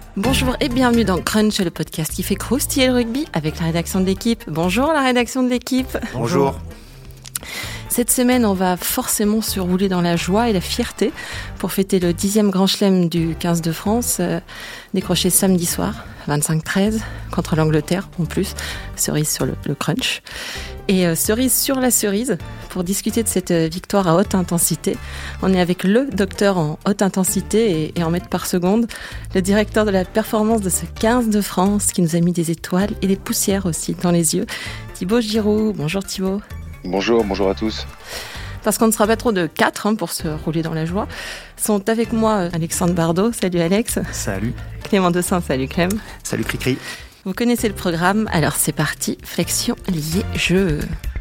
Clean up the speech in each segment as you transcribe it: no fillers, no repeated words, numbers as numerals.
Bonjour et bienvenue dans Crunch, le podcast qui fait croustiller le rugby avec la rédaction de l'équipe. Bonjour la rédaction de l'équipe. Bonjour. Cette semaine, on va forcément se rouler dans la joie et la fierté pour fêter le 10e Grand Chelem du 15 de France, décroché samedi soir, 25-13, contre l'Angleterre en plus, cerise sur le crunch. Et cerise sur la cerise, pour discuter de cette victoire à haute intensité, on est avec le docteur en haute intensité et en mètres par seconde, le directeur de la performance de ce 15 de France qui nous a mis des étoiles et des poussières aussi dans les yeux, Thibaut Giroud. Bonjour Thibaut. Bonjour à tous. Parce qu'on ne sera pas trop de 4 pour se rouler dans la joie, sont avec moi Alexandre Bardot. Salut Alex. Salut. Clément Dossin. Salut Clem. Salut Cricri. Vous connaissez le programme, alors c'est parti, flexion liée jeu.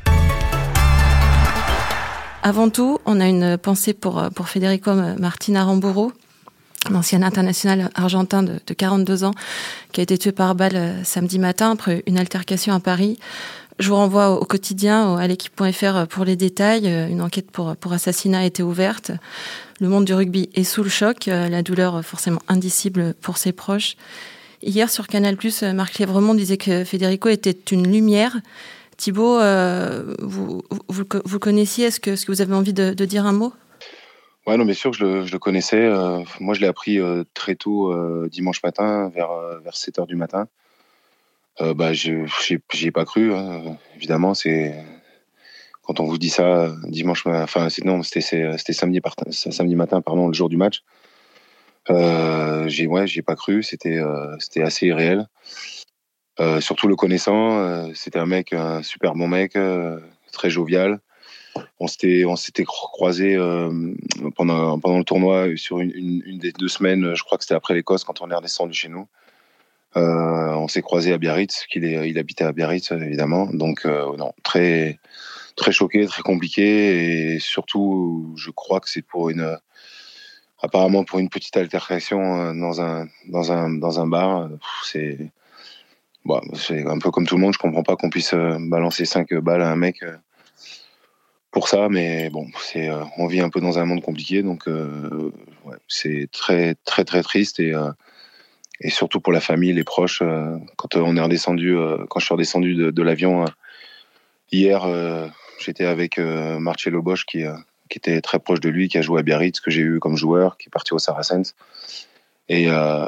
Avant tout, on a une pensée pour Federico Martín Aramburu, l'ancien international argentin de 42 ans, qui a été tué par balle samedi matin après une altercation à Paris. Je vous renvoie au quotidien, à l'équipe.fr pour les détails. Une enquête pour assassinat a été ouverte. Le monde du rugby est sous le choc, la douleur forcément indicible pour ses proches. Hier, sur Canal+, Marc Lévremont disait que Federico était une lumière. Thibaut, vous le connaissiez, est-ce que vous avez envie de dire un mot ? Ouais, non, bien sûr que je le connaissais. Moi, je l'ai appris très tôt, dimanche matin, vers 7h du matin. J'y ai pas cru, hein. Évidemment, c'est quand on vous dit ça dimanche, c'était samedi matin, pardon, le jour du match. J'y ai pas cru, c'était assez irréel. Surtout le connaissant, c'était un super bon mec, très jovial. On s'était croisés pendant le tournoi sur une des 2 semaines, je crois que c'était après l'Écosse quand on est redescendu chez nous. On s'est croisés à Biarritz, il habitait à Biarritz évidemment, donc non, très très choqué, très compliqué, et surtout je crois que c'est apparemment pour une petite altercation dans un bar. C'est un peu comme tout le monde, je comprends pas qu'on puisse balancer 5 balles à un mec pour ça, mais bon, on vit un peu dans un monde compliqué, donc c'est très très très triste, et surtout pour la famille, les proches. Quand je suis redescendu de l'avion hier, j'étais avec Marcelo Bosch qui était très proche de lui, qui a joué à Biarritz, que j'ai eu comme joueur, qui est parti au Saracens, et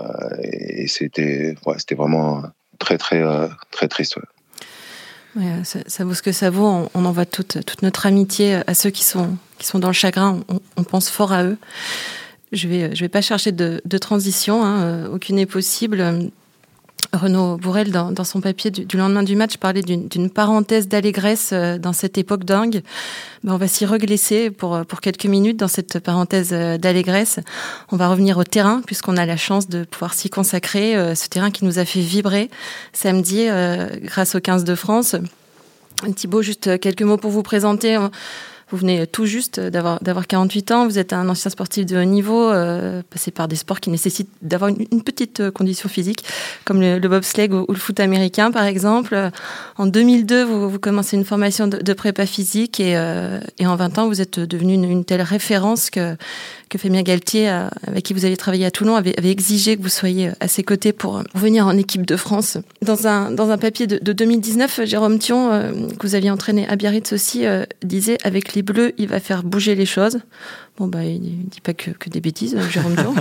c'était vraiment très très très triste. Ouais. Ouais, ça vaut ce que ça vaut. On envoie toute notre amitié à ceux qui sont dans le chagrin. On pense fort à eux. Je vais pas chercher de transition, hein, aucune n'est possible. Renaud Bourrel, dans son papier du lendemain du match, parlait d'une parenthèse d'allégresse dans cette époque dingue. On va s'y reglisser pour quelques minutes dans cette parenthèse d'allégresse. On va revenir au terrain, puisqu'on a la chance de pouvoir s'y consacrer. Ce terrain qui nous a fait vibrer samedi grâce au 15 de France. Thibaut, juste quelques mots pour vous présenter. Vous venez tout juste d'avoir 48 ans, vous êtes un ancien sportif de haut niveau, passé par des sports qui nécessitent d'avoir une petite condition physique, comme le bobsleigh ou le foot américain par exemple. En 2002, vous commencez une formation de prépa physique et en 20 ans, vous êtes devenu une telle référence que Fabien Galtier, avec qui vous aviez travaillé à Toulon, avait exigé que vous soyez à ses côtés pour venir en équipe de France. Dans un papier de 2019, Jérôme Thion, que vous aviez entraîné à Biarritz aussi, disait « Avec les Bleus, il va faire bouger les choses ». Bon, il dit pas que des bêtises, Jérôme Thion.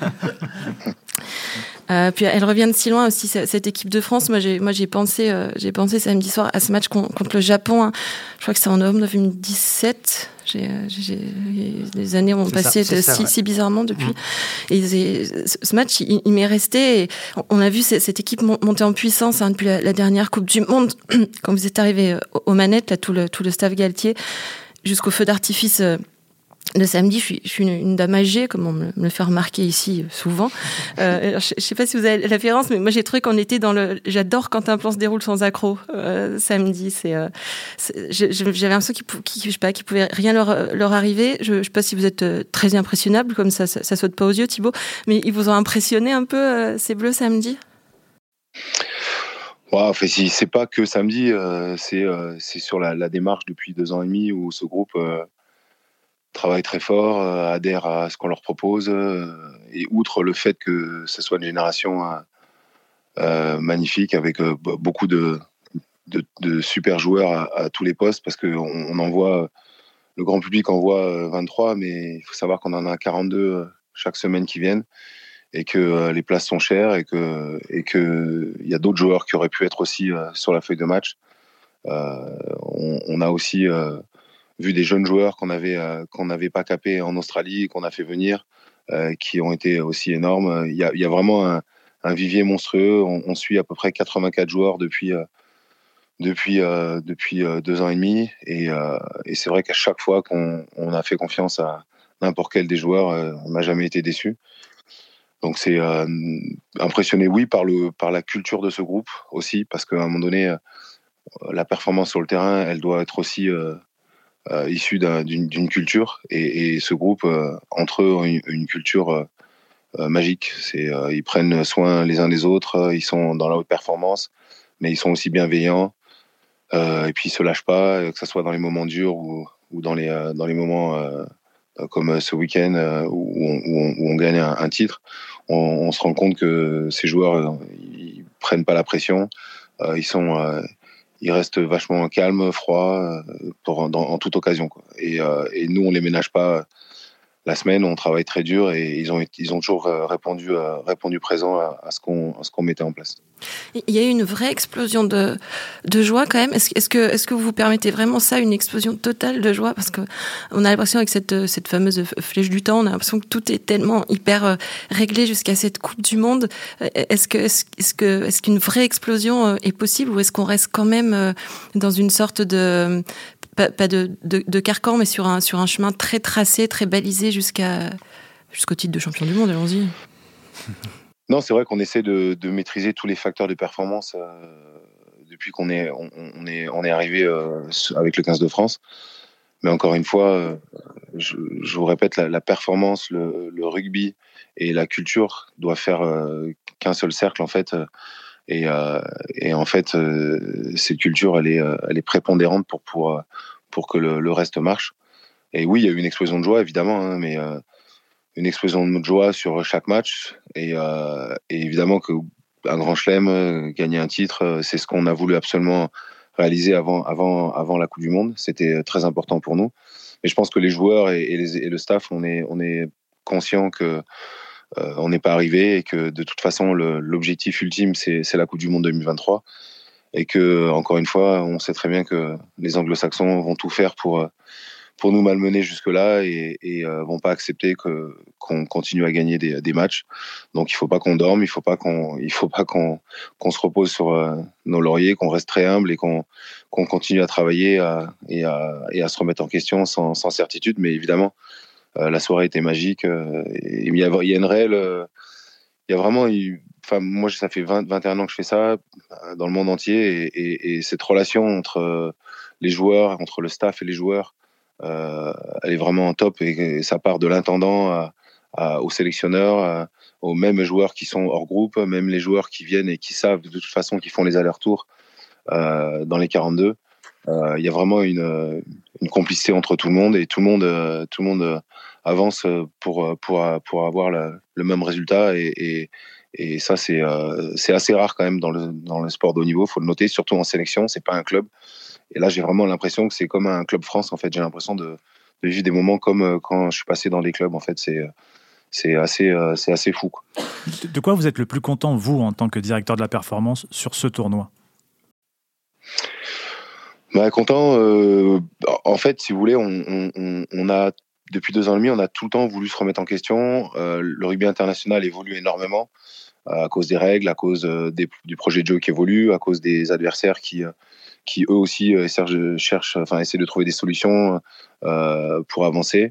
Puis elle revient de si loin aussi, cette équipe de France. Moi j'ai pensé samedi soir à ce match contre le Japon, hein. Je crois que c'est en novembre 2017. Les années ont passé si bizarrement depuis. Et ce match, il m'est resté. Et on a vu cette équipe monter en puissance, hein, depuis la dernière Coupe du Monde. Quand vous êtes arrivé aux manettes, là, tout le staff Galtier, jusqu'au feu d'artifice. Le samedi, je suis une dame âgée, comme on me le fait remarquer ici souvent. Je sais pas si vous avez la référence, mais moi j'ai trouvé qu'on était j'adore quand un plan se déroule sans accroc. Samedi, j'avais l'impression qu'il pouvait rien leur arriver. Je sais pas si vous êtes très impressionnable, comme ça saute pas aux yeux, Thibaut, mais ils vous ont impressionné un peu, ces Bleus samedi? Ouais, si c'est pas que samedi, c'est sur la démarche depuis 2 ans et demi où ce groupe travaillent très fort, adhèrent à ce qu'on leur propose. Et outre le fait que ce soit une génération magnifique avec beaucoup de super joueurs à tous les postes, parce qu'on en voit, le grand public en voit 23, mais il faut savoir qu'on en a 42 chaque semaine qui viennent, et que les places sont chères, et que il y a d'autres joueurs qui auraient pu être aussi sur la feuille de match. On a aussi vu des jeunes joueurs qu'on n'avait pas capés en Australie et qu'on a fait venir, qui ont été aussi énormes. Il y a vraiment un vivier monstrueux. On suit à peu près 84 joueurs depuis 2 ans et demi. Et c'est vrai qu'à chaque fois qu'on a fait confiance à n'importe quel des joueurs, on n'a jamais été déçu. Donc c'est impressionné, oui, par la culture de ce groupe aussi, parce qu'à un moment donné, la performance sur le terrain, elle doit être aussi issue d'une culture. Et ce groupe, entre eux, ont une culture magique. Ils prennent soin les uns des autres, ils sont dans la haute performance, mais ils sont aussi bienveillants. Et puis ils se lâchent pas, que ce soit dans les moments durs ou dans les moments comme ce week-end où on gagne un titre. On se rend compte que ces joueurs, ils prennent pas la pression. Ils restent vachement calmes, froids, en toute occasion, quoi. Et nous, on les ménage pas la semaine, on travaille très dur, et ils ont toujours répondu présent à ce qu'on mettait en place. Il y a eu une vraie explosion de joie quand même. Est-ce que vous permettez vraiment ça, une explosion totale de joie? Parce que on a l'impression, avec cette fameuse flèche du temps, on a l'impression que tout est tellement hyper réglé jusqu'à cette Coupe du Monde. Est-ce qu'une vraie explosion est possible, ou est-ce qu'on reste quand même dans une sorte de pas de carcan, mais sur un chemin très tracé, très balisé jusqu'au titre de champion du monde? Allons-y. Non, c'est vrai qu'on essaie de maîtriser tous les facteurs de performance depuis qu'on est arrivé avec le 15 de France. Mais encore une fois, je vous répète, la performance, le rugby et la culture doivent faire qu'un seul cercle, en fait. Et en fait, cette culture, elle est prépondérante pour que le reste marche. Et oui, il y a eu une explosion de joie, évidemment, hein, mais une explosion de joie sur chaque match. Et évidemment qu'un grand chelem, gagner un titre, c'est ce qu'on a voulu absolument réaliser avant la Coupe du Monde. C'était très important pour nous. Mais je pense que les joueurs et le staff, on est conscient que on n'est pas arrivé, et que de toute façon, l'objectif ultime, c'est la Coupe du Monde 2023. Et que, encore une fois, on sait très bien que les Anglo-Saxons vont tout faire pour nous malmener jusque-là, et vont pas accepter qu'on continue à gagner des matchs. Donc il faut pas qu'on dorme, il faut pas qu'on se repose sur nos lauriers, qu'on reste très humble, et qu'on continue à travailler et à se remettre en question sans certitude. Mais évidemment, la soirée était magique, et il y a une réelle, il y a vraiment enfin, moi, ça fait 21 ans que je fais ça dans le monde entier, et cette relation entre les joueurs, entre le staff et les joueurs, elle est vraiment top, et ça part de l'intendant au sélectionneur, aux mêmes joueurs qui sont hors groupe, même les joueurs qui viennent et qui savent de toute façon qu'ils font les allers-retours dans les 42. Il y a vraiment une complicité entre tout le monde, et tout le monde avance pour avoir le même résultat, et ça, c'est assez rare quand même dans le sport de haut niveau, faut le noter, surtout en sélection, c'est pas un club. Et là, j'ai vraiment l'impression que c'est comme un club France, en fait. J'ai l'impression de vivre des moments comme quand je suis passé dans les clubs, en fait. C'est assez fou, quoi. De quoi vous êtes le plus content, vous, en tant que directeur de la performance, sur ce tournoi? Bah, content. En fait, si vous voulez, on a, depuis 2 ans et demi, on a tout le temps voulu se remettre en question. Le rugby international évolue énormément à cause des règles, à cause du projet de jeu qui évolue, à cause des adversaires qui eux aussi essaient de trouver des solutions pour avancer.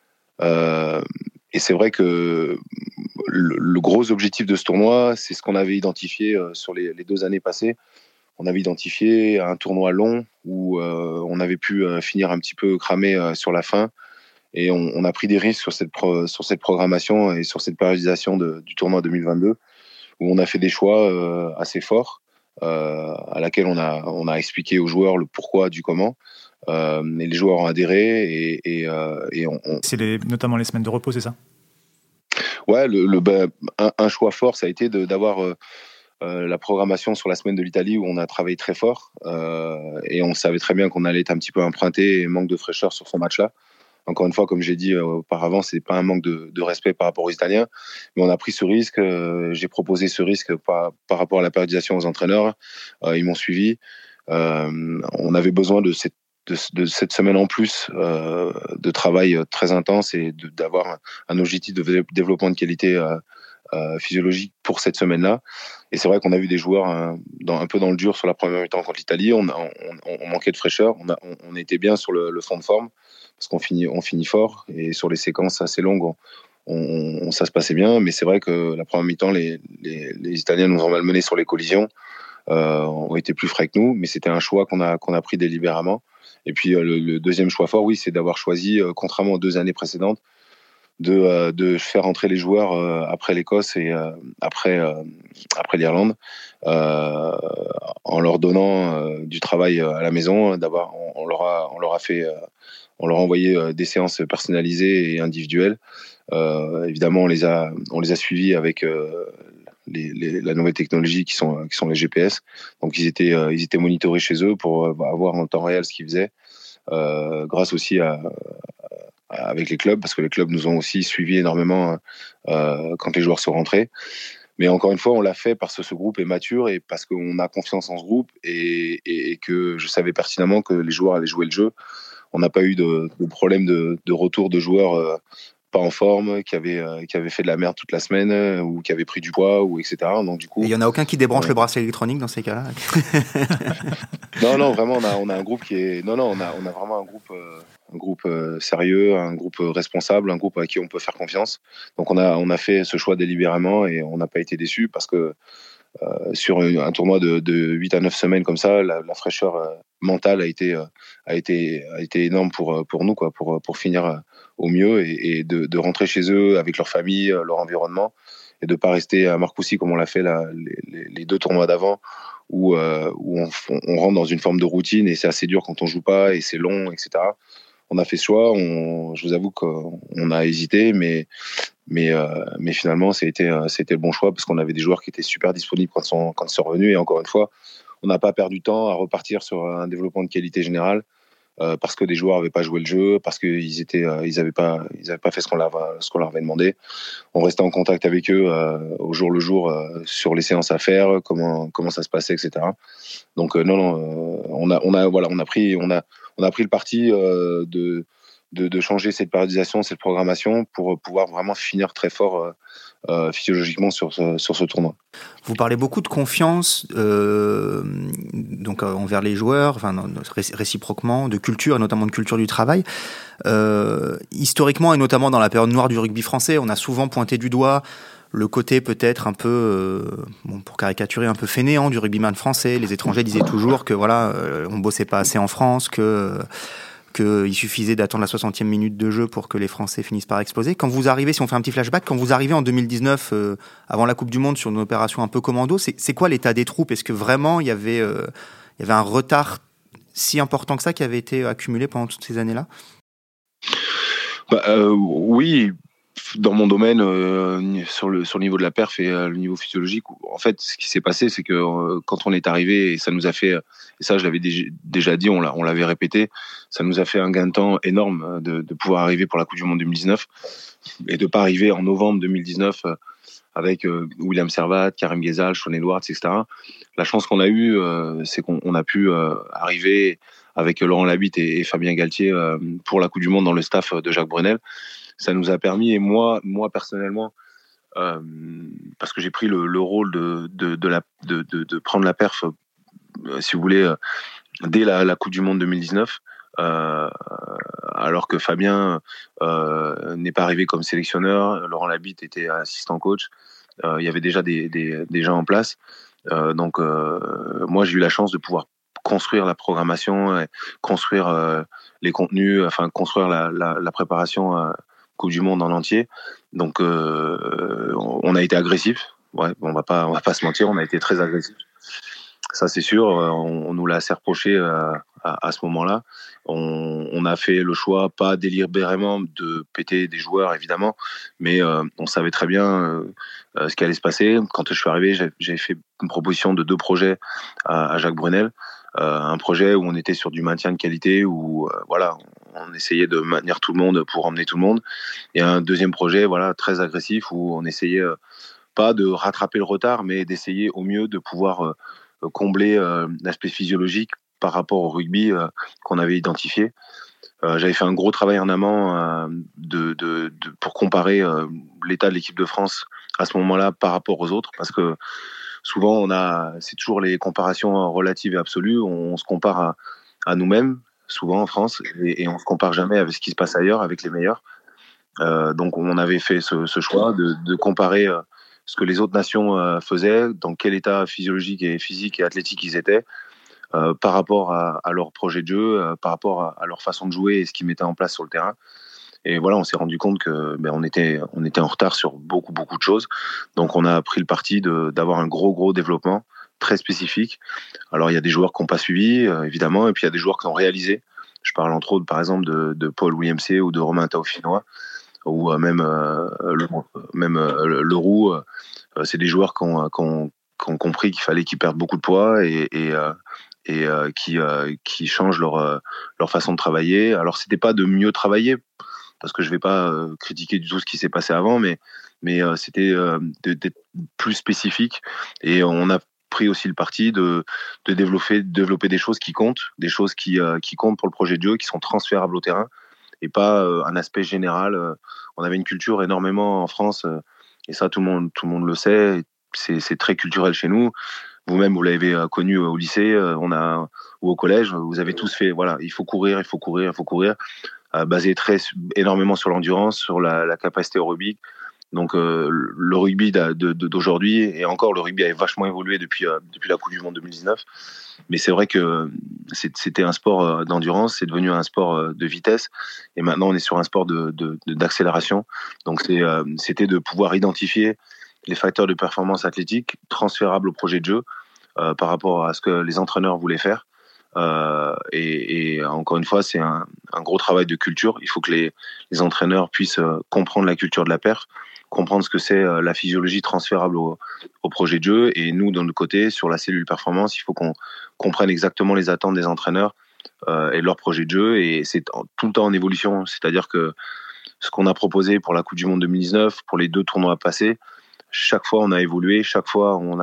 Et c'est vrai que le gros objectif de ce tournoi, c'est ce qu'on avait identifié sur les 2 années passées. On avait identifié un tournoi long où on avait pu finir un petit peu cramé sur la fin. Et on a pris des risques sur cette programmation et sur cette périodisation du tournoi 2022, où on a fait des choix assez forts, à laquelle on a expliqué aux joueurs le pourquoi du comment. Et les joueurs ont adhéré C'est notamment les semaines de repos, c'est ça? Ouais, un choix fort, ça a été d'avoir la programmation sur la semaine de l'Italie où on a travaillé très fort et on savait très bien qu'on allait être un petit peu emprunté et manque de fraîcheur sur ce match-là. Encore une fois, comme j'ai dit auparavant, c'est pas un manque de respect par rapport aux Italiens, mais on a pris ce risque. J'ai proposé ce risque par rapport à la périodisation aux entraîneurs. Ils m'ont suivi. On avait besoin de cette semaine en plus de travail très intense et d'avoir un objectif de développement de qualité physiologique pour cette semaine-là. Et c'est vrai qu'on a vu des joueurs un peu dans le dur sur la première mi-temps contre l'Italie. On manquait de fraîcheur. On était bien sur le fond de forme parce qu'on finit fort. Et sur les séquences assez longues, ça se passait bien. Mais c'est vrai que la première mi-temps, les Italiens nous ont malmenés sur les collisions. Ont été plus frais que nous. Mais c'était un choix qu'on a pris délibérément. Et puis le deuxième choix fort, oui, c'est d'avoir choisi, contrairement aux 2 années précédentes, de faire entrer les joueurs après l'Écosse et après l'Irlande, en leur donnant du travail à la maison. On leur a envoyé des séances personnalisées et individuelles. Évidemment, on les a suivis avec la nouvelle technologie qui sont les GPS. Donc ils étaient monitorés chez eux pour avoir en temps réel ce qu'ils faisaient. Grâce aussi avec les clubs, parce que les clubs nous ont aussi suivis énormément quand les joueurs sont rentrés. Mais encore une fois, on l'a fait parce que ce groupe est mature et parce qu'on a confiance en ce groupe et que je savais pertinemment que les joueurs allaient jouer le jeu. On n'a pas eu de problème de retour de joueurs pas en forme, qui avaient fait de la merde toute la semaine ou qui avaient pris du poids ou etc. Donc du coup, il y en a aucun qui débranche le bracelet électronique dans ces cas-là. Non, vraiment, on a un groupe qui est, on a vraiment un groupe sérieux, un groupe responsable, un groupe à qui on peut faire confiance. Donc on a fait ce choix délibérément et on n'a pas été déçus parce que sur un tournoi de 8 à 9 semaines comme ça, la fraîcheur mentale a été énorme pour nous, quoi, pour finir au mieux et de rentrer chez eux avec leur famille, leur environnement et de pas rester à Marcoussis comme on l'a fait les 2 tournois d'avant où on rentre dans une forme de routine et c'est assez dur quand on joue pas et c'est long, etc. On a fait ce choix, je vous avoue qu'on a hésité, mais finalement, c'était le bon choix parce qu'on avait des joueurs qui étaient super disponibles quand ils sont revenus. Et encore une fois, on n'a pas perdu de temps à repartir sur un développement de qualité générale parce que des joueurs n'avaient pas joué le jeu, parce qu'ils n'avaient pas fait ce qu'on leur avait demandé. On restait en contact avec eux au jour le jour sur les séances à faire, comment ça se passait, etc. Donc on a pris le parti de changer cette périodisation, cette programmation pour pouvoir vraiment finir très fort physiologiquement sur ce tournoi. Vous parlez beaucoup de confiance donc envers les joueurs, enfin réciproquement, de culture et notamment de culture du travail. Historiquement et notamment dans la période noire du rugby français, on a souvent pointé du doigt le côté peut-être un peu, pour caricaturer, un peu fainéant du rugbyman français. Les étrangers disaient toujours que voilà, on bossait pas assez en France, qu'il suffisait d'attendre la 60e minute de jeu pour que les Français finissent par exploser. Quand vous arrivez, si on fait un petit flashback, quand vous arrivez en 2019, avant la Coupe du Monde, sur une opération un peu commando, c'est quoi l'état des troupes? Est-ce que vraiment il y avait un retard si important que ça qui avait été accumulé pendant toutes ces années-là? Oui, dans mon domaine, sur le niveau de la perf et le niveau physiologique, en fait, ce qui s'est passé, c'est que quand on est arrivé, et ça nous a fait, et ça je l'avais déjà dit, on l'avait répété, ça nous a fait un gain de temps énorme de pouvoir arriver pour la Coupe du Monde 2019 et de pas arriver en novembre 2019 avec William Servat, Karim Ghezal, Sean Edwards, etc. La chance qu'on a eue, c'est qu'on a pu arriver avec Laurent Labitte et Fabien Galtier pour la Coupe du Monde dans le staff de Jacques Brunel. Ça nous a permis, et moi personnellement, parce que j'ai pris le rôle de prendre la perf, si vous voulez, dès la Coupe du Monde 2019, alors que Fabien n'est pas arrivé comme sélectionneur, Laurent Labitte était assistant coach, il y avait déjà des gens en place. Donc moi j'ai eu la chance de pouvoir construire la programmation, construire les contenus, enfin construire la préparation Coupe du Monde en entier. Donc on a été agressif. Ouais, on va pas se mentir, on a été très agressif. Ça c'est sûr. On nous l'a assez reproché à ce moment-là. On a fait le choix, pas délibérément, de péter des joueurs, évidemment, mais on savait très bien ce qui allait se passer. Quand je suis arrivé, j'ai fait une proposition de 2 projets à Jacques Brunel. Un projet où on était sur du maintien de qualité, où voilà, on essayait de maintenir tout le monde pour emmener tout le monde. Et un deuxième projet, voilà, très agressif, où on essayait pas de rattraper le retard, mais d'essayer au mieux de pouvoir combler l'aspect physiologique par rapport au rugby qu'on avait identifié. J'avais fait un gros travail en amont pour comparer l'état de l'équipe de France à ce moment-là par rapport aux autres, parce que souvent c'est toujours les comparations relatives et absolues. On se compare à nous-mêmes, souvent en France, et on se compare jamais avec ce qui se passe ailleurs, avec les meilleurs. Donc on avait fait ce choix de comparer ce que les autres nations faisaient, dans quel état physiologique et physique et athlétique ils étaient, par rapport à leur projet de jeu, par rapport à leur façon de jouer et ce qu'ils mettaient en place sur le terrain. Et voilà, on s'est rendu compte que on était en retard sur beaucoup de choses. Donc on a pris le parti d'avoir un gros développement très spécifique. Alors il y a des joueurs qui n'ont pas suivi, évidemment, et puis il y a des joueurs qui ont réalisé. Je parle entre autres, par exemple, de Paul Williamsé ou de Romain Taofinois, ou même Leroux. C'est des joueurs qui ont compris qu'il fallait qu'ils perdent beaucoup de poids et qui changent leur façon de travailler. Alors c'était pas de mieux travailler, parce que je vais pas critiquer du tout ce qui s'est passé avant, mais c'était d'être plus spécifique. Et on a pris aussi le parti de développer des choses qui comptent, des choses qui comptent pour le projet de jeu, qui sont transférables au terrain, et pas un aspect général. On avait une culture énormément en France, et ça tout le monde le sait. C'est très culturel chez nous. Vous-même, vous l'avez connu au lycée, ou au collège. Vous avez tous fait, voilà, il faut courir, basé énormément sur l'endurance, sur la capacité aérobique. Donc le rugby d'aujourd'hui, et encore le rugby a vachement évolué depuis la Coupe du Monde 2019, mais c'est vrai que c'était un sport d'endurance, c'est devenu un sport de vitesse, et maintenant on est sur un sport d'accélération. Donc c'était de pouvoir identifier les facteurs de performance athlétique transférables au projet de jeu, par rapport à ce que les entraîneurs voulaient faire. Et encore une fois, c'est un gros travail de culture. Il faut que les entraîneurs puissent comprendre la culture de la perf, comprendre ce que c'est la physiologie transférable au projet de jeu. Et nous, de notre côté, sur la cellule performance, il faut qu'on comprenne exactement les attentes des entraîneurs et de leur projet de jeu. Et c'est tout le temps en évolution. C'est-à-dire que ce qu'on a proposé pour la Coupe du Monde 2019, pour les 2 tournois passés, chaque fois on a évolué, chaque fois on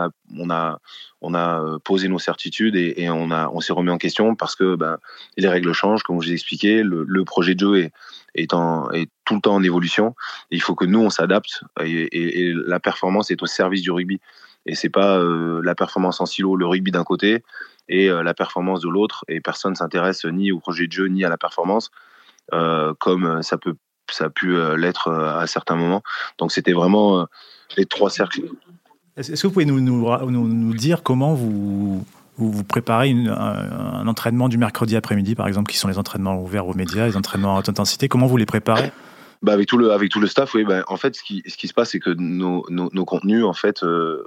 a posé nos certitudes, et on s'est remis en question, parce que les règles changent, comme je vous ai expliqué. Le projet de jeu est tout le temps en évolution, et il faut que nous on s'adapte, et la performance est au service du rugby, et c'est pas la performance en silo, le rugby d'un côté, et la performance de l'autre, et personne s'intéresse ni au projet de jeu ni à la performance, comme ça a pu l'être à certains moments. Donc c'était vraiment les 3 cercles. Est-ce que vous pouvez nous dire comment vous préparez un entraînement du mercredi après-midi, par exemple, qui sont les entraînements ouverts aux médias, les entraînements à haute intensité? Comment vous les préparez? Avec tout le staff, oui. En fait, ce qui se passe, c'est que nos contenus, en fait,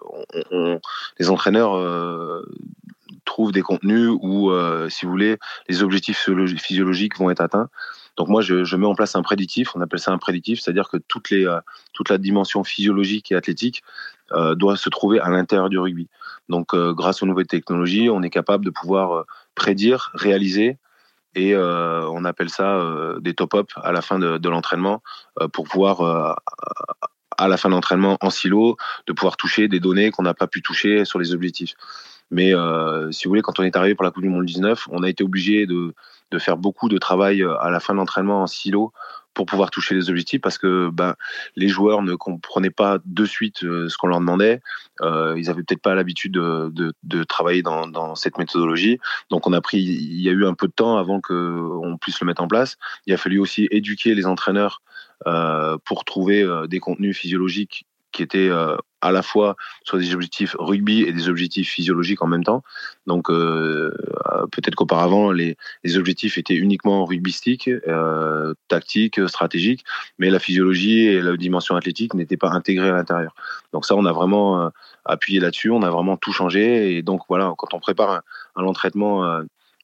les entraîneurs trouvent des contenus où, si vous voulez, les objectifs physiologiques vont être atteints. Donc moi, je mets en place un prédictif. On appelle ça un prédictif, c'est-à-dire que toute la dimension physiologique et athlétique doit se trouver à l'intérieur du rugby. Donc, grâce aux nouvelles technologies, on est capable de pouvoir prédire, réaliser, et on appelle ça des top-up à la fin de l'entraînement, pour pouvoir, à la fin de l'entraînement en silo, de pouvoir toucher des données qu'on n'a pas pu toucher sur les objectifs. Mais si vous voulez, quand on est arrivé pour la Coupe du Monde 19, on a été obligé de faire beaucoup de travail à la fin de l'entraînement en silo pour pouvoir toucher les objectifs, parce que les joueurs ne comprenaient pas de suite ce qu'on leur demandait. Ils avaient peut-être pas l'habitude de travailler dans cette méthodologie. Donc il y a eu un peu de temps avant qu'on puisse le mettre en place. Il a fallu aussi éduquer les entraîneurs pour trouver des contenus physiologiques qui étaient à la fois sur des objectifs rugby et des objectifs physiologiques en même temps. Donc peut-être qu'auparavant les objectifs étaient uniquement rugbystiques, tactiques, stratégiques, mais la physiologie et la dimension athlétique n'étaient pas intégrées à l'intérieur. Donc ça, on a vraiment appuyé là-dessus, on a vraiment tout changé. Et donc voilà, quand on prépare un entraînement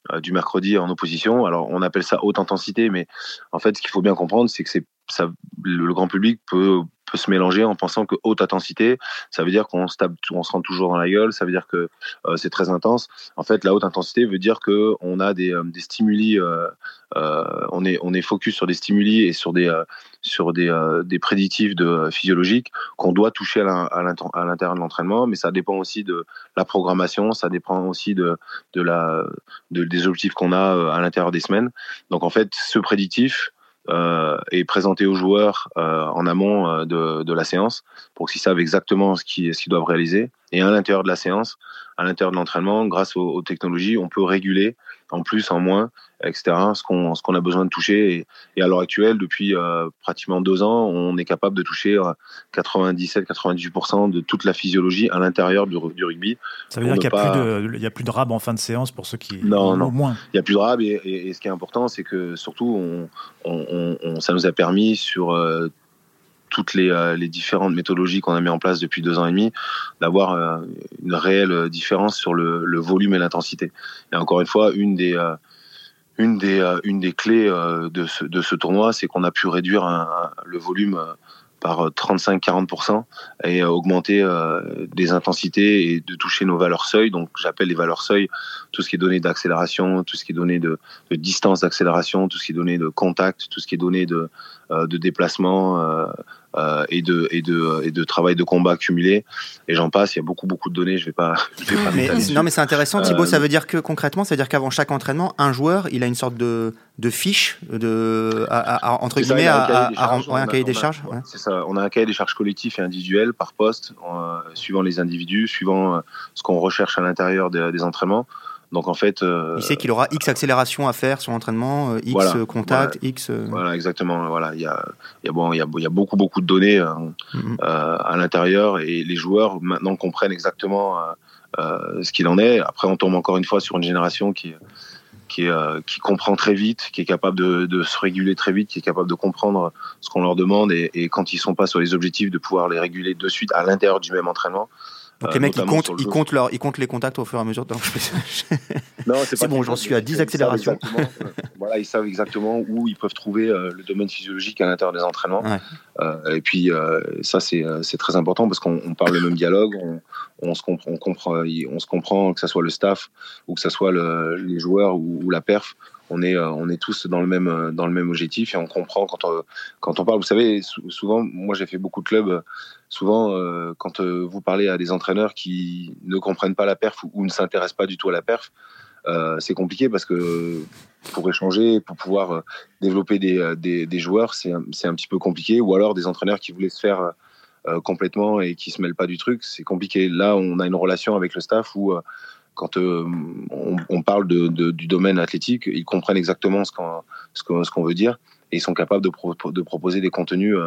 du mercredi en opposition. Alors, on appelle ça haute intensité, mais en fait, ce qu'il faut bien comprendre, c'est que le grand public peut se mélanger en pensant que haute intensité, ça veut dire qu'on se rend toujours dans la gueule, ça veut dire que c'est très intense. En fait, la haute intensité veut dire que on a des stimuli, on est focus sur des stimuli et sur des prédictifs physiologiques qu'on doit toucher à l'intérieur de l'entraînement, mais ça dépend aussi de la programmation, ça dépend aussi des objectifs qu'on a à l'intérieur des semaines. Donc en fait, ce prédictif est présenté aux joueurs en amont de la séance pour qu'ils savent exactement ce qu'ils doivent réaliser. Et à l'intérieur de la séance, à l'intérieur de l'entraînement, grâce aux technologies, on peut réguler en plus, en moins, etc., ce qu'on a besoin de toucher. Et à l'heure actuelle, depuis pratiquement 2 ans, on est capable de toucher 97-98% de toute la physiologie à l'intérieur du rugby. Ça veut dire qu'il n'y a plus de rab en fin de séance pour ceux qui... Non, au moins. Il n'y a plus de rab. Et ce qui est important, c'est que surtout, ça nous a permis sur... toutes les différentes méthodologies qu'on a mis en place depuis 2 ans et demi, d'avoir une réelle différence sur le volume et l'intensité. Et encore une fois, une des clés de ce tournoi, c'est qu'on a pu réduire le volume par 35-40% et augmenter des intensités et de toucher nos valeurs seuil. Donc j'appelle les valeurs seuil tout ce qui est donné d'accélération, tout ce qui est donné de distance d'accélération, tout ce qui est donné de contact, tout ce qui est donné de déplacement et de travail de combat cumulé. Et j'en passe, il y a beaucoup de données, je vais pas non, mais c'est intéressant, Thibaut, ça veut dire que concrètement, c'est-à-dire qu'avant chaque entraînement, un joueur, il a une sorte de fiche, entre guillemets, un cahier des charges. Ouais. C'est ça, on a un cahier des charges collectif et individuel par poste, suivant les individus, suivant ce qu'on recherche à l'intérieur des entraînements. Donc en fait, il sait qu'il aura X accélération à faire sur l'entraînement, X contact, voilà, X. Voilà, exactement. Voilà, il y a beaucoup de données à l'intérieur et les joueurs maintenant comprennent exactement ce qu'il en est. Après, on tombe encore une fois sur une génération qui comprend très vite, qui est capable de se réguler très vite, qui est capable de comprendre ce qu'on leur demande et quand ils sont pas sur les objectifs, de pouvoir les réguler de suite à l'intérieur du même entraînement. Donc les mecs, ils comptent les contacts au fur et à mesure. Non, c'est bon, j'en suis à 10 accélérations. Voilà, ils savent exactement où ils peuvent trouver le domaine physiologique à l'intérieur des entraînements. Ouais. Et puis ça, c'est très important parce qu'on parle le même dialogue, on se comprend, que ce soit le staff ou que ce soit les joueurs ou la perf. On est tous dans le même objectif et on comprend quand on parle. Vous savez, souvent, moi j'ai fait beaucoup de clubs. Souvent, quand vous parlez à des entraîneurs qui ne comprennent pas la perf ou ne s'intéressent pas du tout à la perf, c'est compliqué parce que pour échanger, pour pouvoir développer des joueurs, c'est un petit peu compliqué. Ou alors des entraîneurs qui voulaient se faire complètement et qui se mêlent pas du truc, c'est compliqué. Là, on a une relation avec le staff où quand on parle du domaine athlétique, ils comprennent exactement ce qu'on veut dire et ils sont capables de proposer des contenus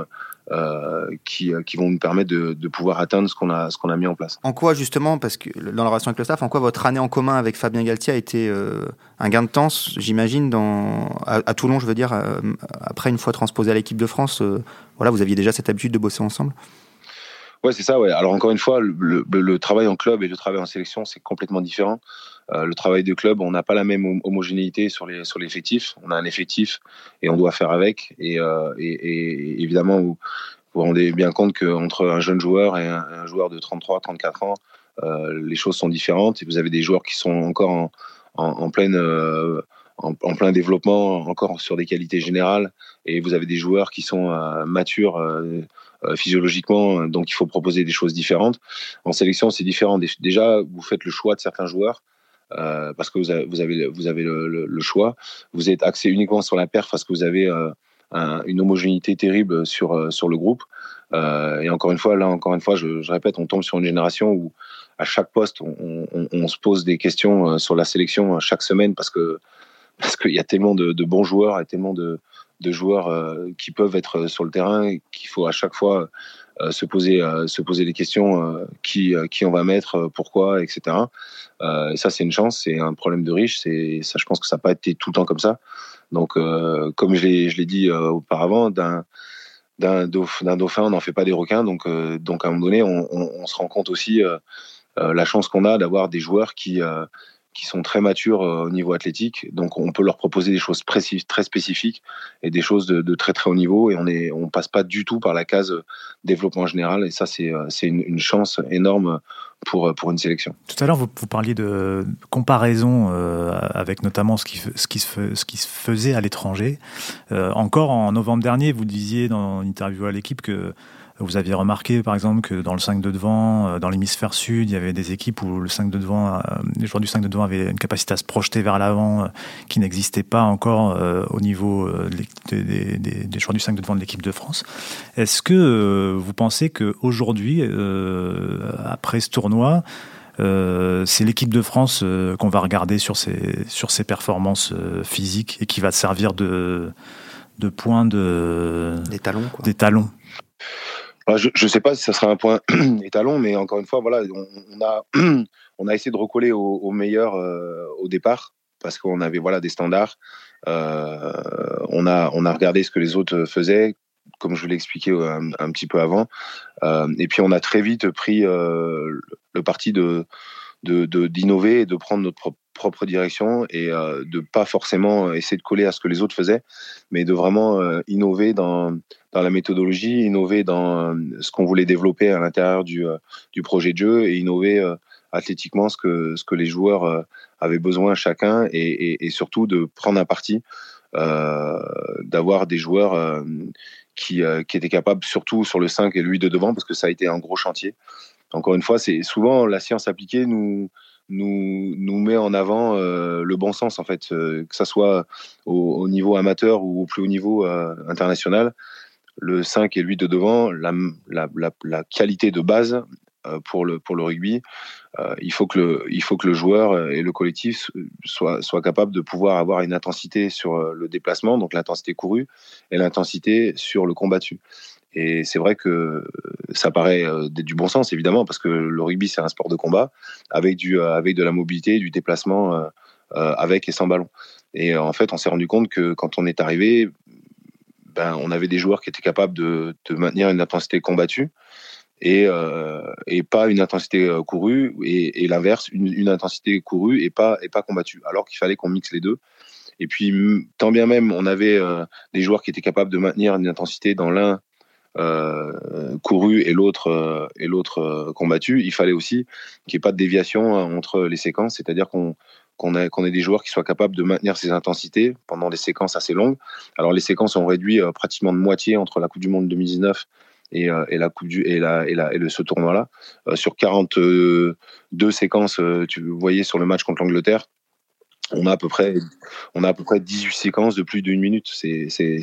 qui vont nous permettre de pouvoir atteindre ce qu'on a mis en place. En quoi justement, parce que dans la relation avec le staff, en quoi votre année en commun avec Fabien Galtier a été un gain de temps, j'imagine, à Toulon, je veux dire, après une fois transposé à l'équipe de France, voilà, vous aviez déjà cette habitude de bosser ensemble? Ouais, c'est ça, ouais. Alors encore une fois, le travail en club et le travail en sélection, c'est complètement différent. Le travail de club, on n'a pas la même homogénéité sur l'effectif. On a un effectif et on doit faire avec. Et évidemment, vous vous rendez bien compte qu'entre un jeune joueur et un joueur de 33, 34 ans, les choses sont différentes. Et vous avez des joueurs qui sont encore en plein développement, encore sur des qualités générales. Et vous avez des joueurs qui sont matures physiologiquement, donc il faut proposer des choses différentes. En sélection, c'est différent. Déjà, vous faites le choix de certains joueurs parce que vous avez le choix. Vous êtes axé uniquement sur la perf parce que vous avez une homogénéité terrible sur le groupe. Et encore une fois, je répète, on tombe sur une génération où à chaque poste, on se pose des questions sur la sélection chaque semaine parce qu'il y a tellement de bons joueurs et tellement de joueurs qui peuvent être sur le terrain qu'il faut à chaque fois se poser les questions qui on va mettre, pourquoi, etc. Et ça, c'est une chance, c'est un problème de riche. Ça, je pense que ça n'a pas été tout le temps comme ça. Donc, comme je l'ai dit auparavant, d'un dauphin, on n'en fait pas des requins. Donc à un moment donné, on se rend compte aussi la chance qu'on a d'avoir des joueurs qui sont très matures au niveau athlétique. Donc, on peut leur proposer des choses très spécifiques et des choses de très très haut niveau. Et on passe pas du tout par la case développement général. Et ça, c'est une chance énorme pour une sélection. Tout à l'heure, vous parliez de comparaison avec notamment ce qui se faisait à l'étranger. Encore en novembre dernier, vous disiez dans une interview à l'équipe que vous aviez remarqué, par exemple, que dans le 5 de devant, dans l'hémisphère sud, il y avait des équipes où les joueurs du 5 de devant avaient une capacité à se projeter vers l'avant qui n'existait pas encore au niveau des joueurs du 5 de devant de l'équipe de France. Est-ce que vous pensez qu'aujourd'hui, après ce tournoi, c'est l'équipe de France qu'on va regarder sur ses performances physiques et qui va servir de point des talons, quoi. Des talons. Je ne sais pas si ça sera un point étalon, mais encore une fois, voilà, on a essayé de recoller au meilleur au départ parce qu'on avait des standards. On a regardé ce que les autres faisaient, comme je vous l'ai expliqué un petit peu avant, et puis on a très vite pris le parti d'innover et de prendre notre propre direction et de pas forcément essayer de coller à ce que les autres faisaient, mais de vraiment innover dans la méthodologie, innover dans ce qu'on voulait développer à l'intérieur du projet de jeu et innover athlétiquement ce que les joueurs avaient besoin chacun et surtout de prendre un parti, d'avoir des joueurs qui étaient capables, surtout sur le 5 et le 8 de devant, parce que ça a été un gros chantier. Encore une fois, c'est souvent la science appliquée nous met en avant le bon sens, en fait, que ça soit au niveau amateur ou au plus haut niveau international. Le 5 et le 8 de devant, la qualité de base pour le rugby, il faut que le joueur et le collectif soient capables de pouvoir avoir une intensité sur le déplacement, donc l'intensité courue, et l'intensité sur le combattu. Et c'est vrai que ça paraît du bon sens, évidemment, parce que le rugby, c'est un sport de combat, avec de la mobilité, du déplacement, avec et sans ballon. Et en fait, on s'est rendu compte que quand on est arrivé, on avait des joueurs qui étaient capables de maintenir une intensité combattue et pas une intensité courue, et l'inverse, une intensité courue et pas combattue, alors qu'il fallait qu'on mixe les deux. Et puis, tant bien même, on avait des joueurs qui étaient capables de maintenir une intensité dans l'un couru et l'autre combattu, il fallait aussi qu'il n'y ait pas de déviation entre les séquences, c'est-à-dire qu'on ait des joueurs qui soient capables de maintenir ces intensités pendant des séquences assez longues. Alors les séquences ont réduit pratiquement de moitié entre la Coupe du Monde 2019 et la coupe ce tournoi-là. Sur 42 séquences, vous voyez sur le match contre l'Angleterre, on a à peu près 18 séquences de plus d'une minute. C'est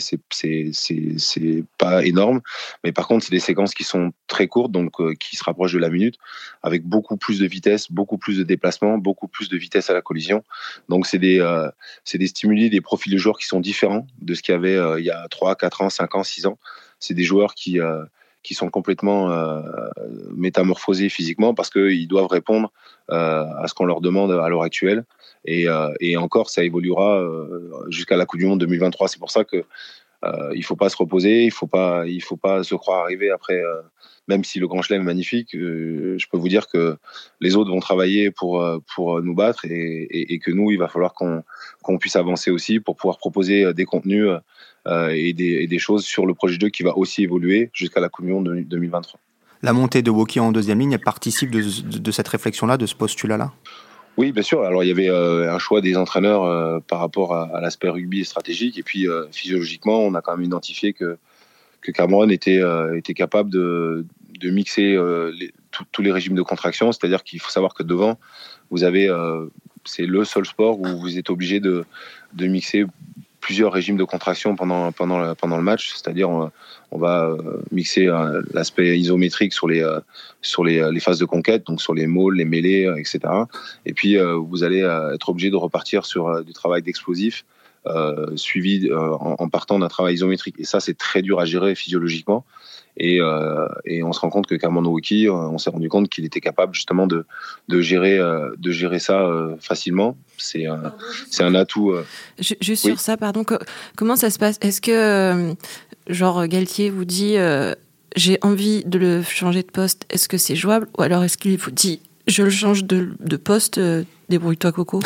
pas énorme, mais par contre, c'est des séquences qui sont très courtes, donc qui se rapprochent de la minute, avec beaucoup plus de vitesse, beaucoup plus de déplacement, beaucoup plus de vitesse à la collision. Donc, c'est des stimuli, des profils de joueurs qui sont différents de ce qu'il y avait il y a 3, 4 ans, 5 ans, 6 ans. C'est des joueurs qui sont complètement métamorphosés physiquement parce qu'ils doivent répondre à ce qu'on leur demande à l'heure actuelle. Et encore, ça évoluera jusqu'à la Coupe du Monde 2023. C'est pour ça que il faut pas se reposer, il faut pas se croire arriver après. Même si le Grand Chelem est magnifique, je peux vous dire que les autres vont travailler pour nous battre et que nous, il va falloir qu'on puisse avancer aussi pour pouvoir proposer des contenus et des choses sur le projet de jeu qui va aussi évoluer jusqu'à la Coupe du Monde 2023. La montée de Woki en deuxième ligne, elle participe de cette réflexion-là, de ce postulat-là ? Oui, bien sûr. Alors, il y avait un choix des entraîneurs par rapport à l'aspect rugby et stratégique. Et puis, physiologiquement, on a quand même identifié que Cameron était capable de mixer tous les régimes de contraction. C'est-à-dire qu'il faut savoir que devant, vous avez, c'est le seul sport où vous êtes obligé de mixer plusieurs régimes de contraction pendant le match. C'est-à-dire, on va mixer l'aspect isométrique sur les phases de conquête, donc sur les mauls, les mêlées, etc. Et puis, vous allez être obligé de repartir sur du travail d'explosif, suivi en partant d'un travail isométrique. Et ça, c'est très dur à gérer physiologiquement. Et on se rend compte que Cameron Woki, on s'est rendu compte qu'il était capable justement de gérer ça facilement. C'est un atout. Juste sur ça, pardon. Comment ça se passe ? Est-ce que genre Galtier vous dit j'ai envie de le changer de poste ? Est-ce que c'est jouable ? Ou alors est-ce qu'il vous dit Je le change de poste, débrouille-toi Coco.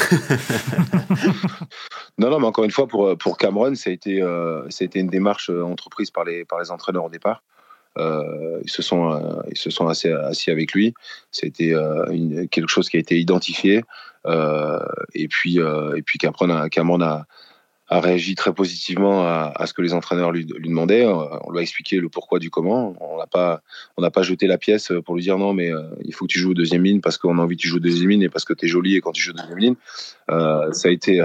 Non, mais encore une fois, pour Cameron, ça a été une démarche entreprise par les entraîneurs au départ. Ils se sont assis avec lui. C'était quelque chose qui a été identifié. Et puis Cameron a réagi très positivement à ce que les entraîneurs lui demandaient. On lui a expliqué le pourquoi du comment. On n'a pas jeté la pièce pour lui dire non, mais il faut que tu joues deuxième ligne parce qu'on a envie que tu joues deuxième ligne et parce que tu es joli et quand tu joues deuxième ligne. Ça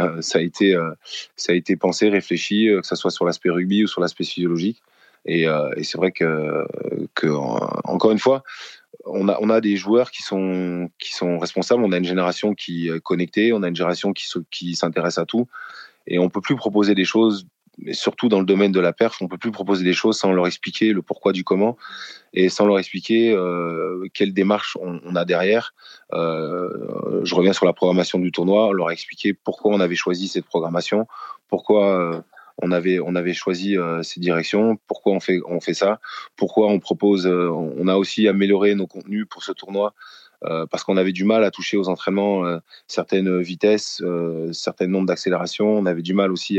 a été pensé, réfléchi, que ce soit sur l'aspect rugby ou sur l'aspect physiologique. Et c'est vrai que encore une fois, on a des joueurs qui sont responsables. On a une génération qui est connectée. On a une génération qui s'intéresse à tout. Et on peut plus proposer des choses, mais surtout dans le domaine de la perf, on peut plus proposer des choses sans leur expliquer le pourquoi du comment et sans leur expliquer quelle démarche on a derrière. Je reviens sur la programmation du tournoi. On leur a expliqué pourquoi on avait choisi cette programmation, pourquoi on avait choisi ces directions, pourquoi on fait ça, pourquoi on propose. On a aussi amélioré nos contenus pour ce tournoi. Parce qu'on avait du mal à toucher aux entraînements certaines vitesses, certains nombres d'accélérations. On avait du mal aussi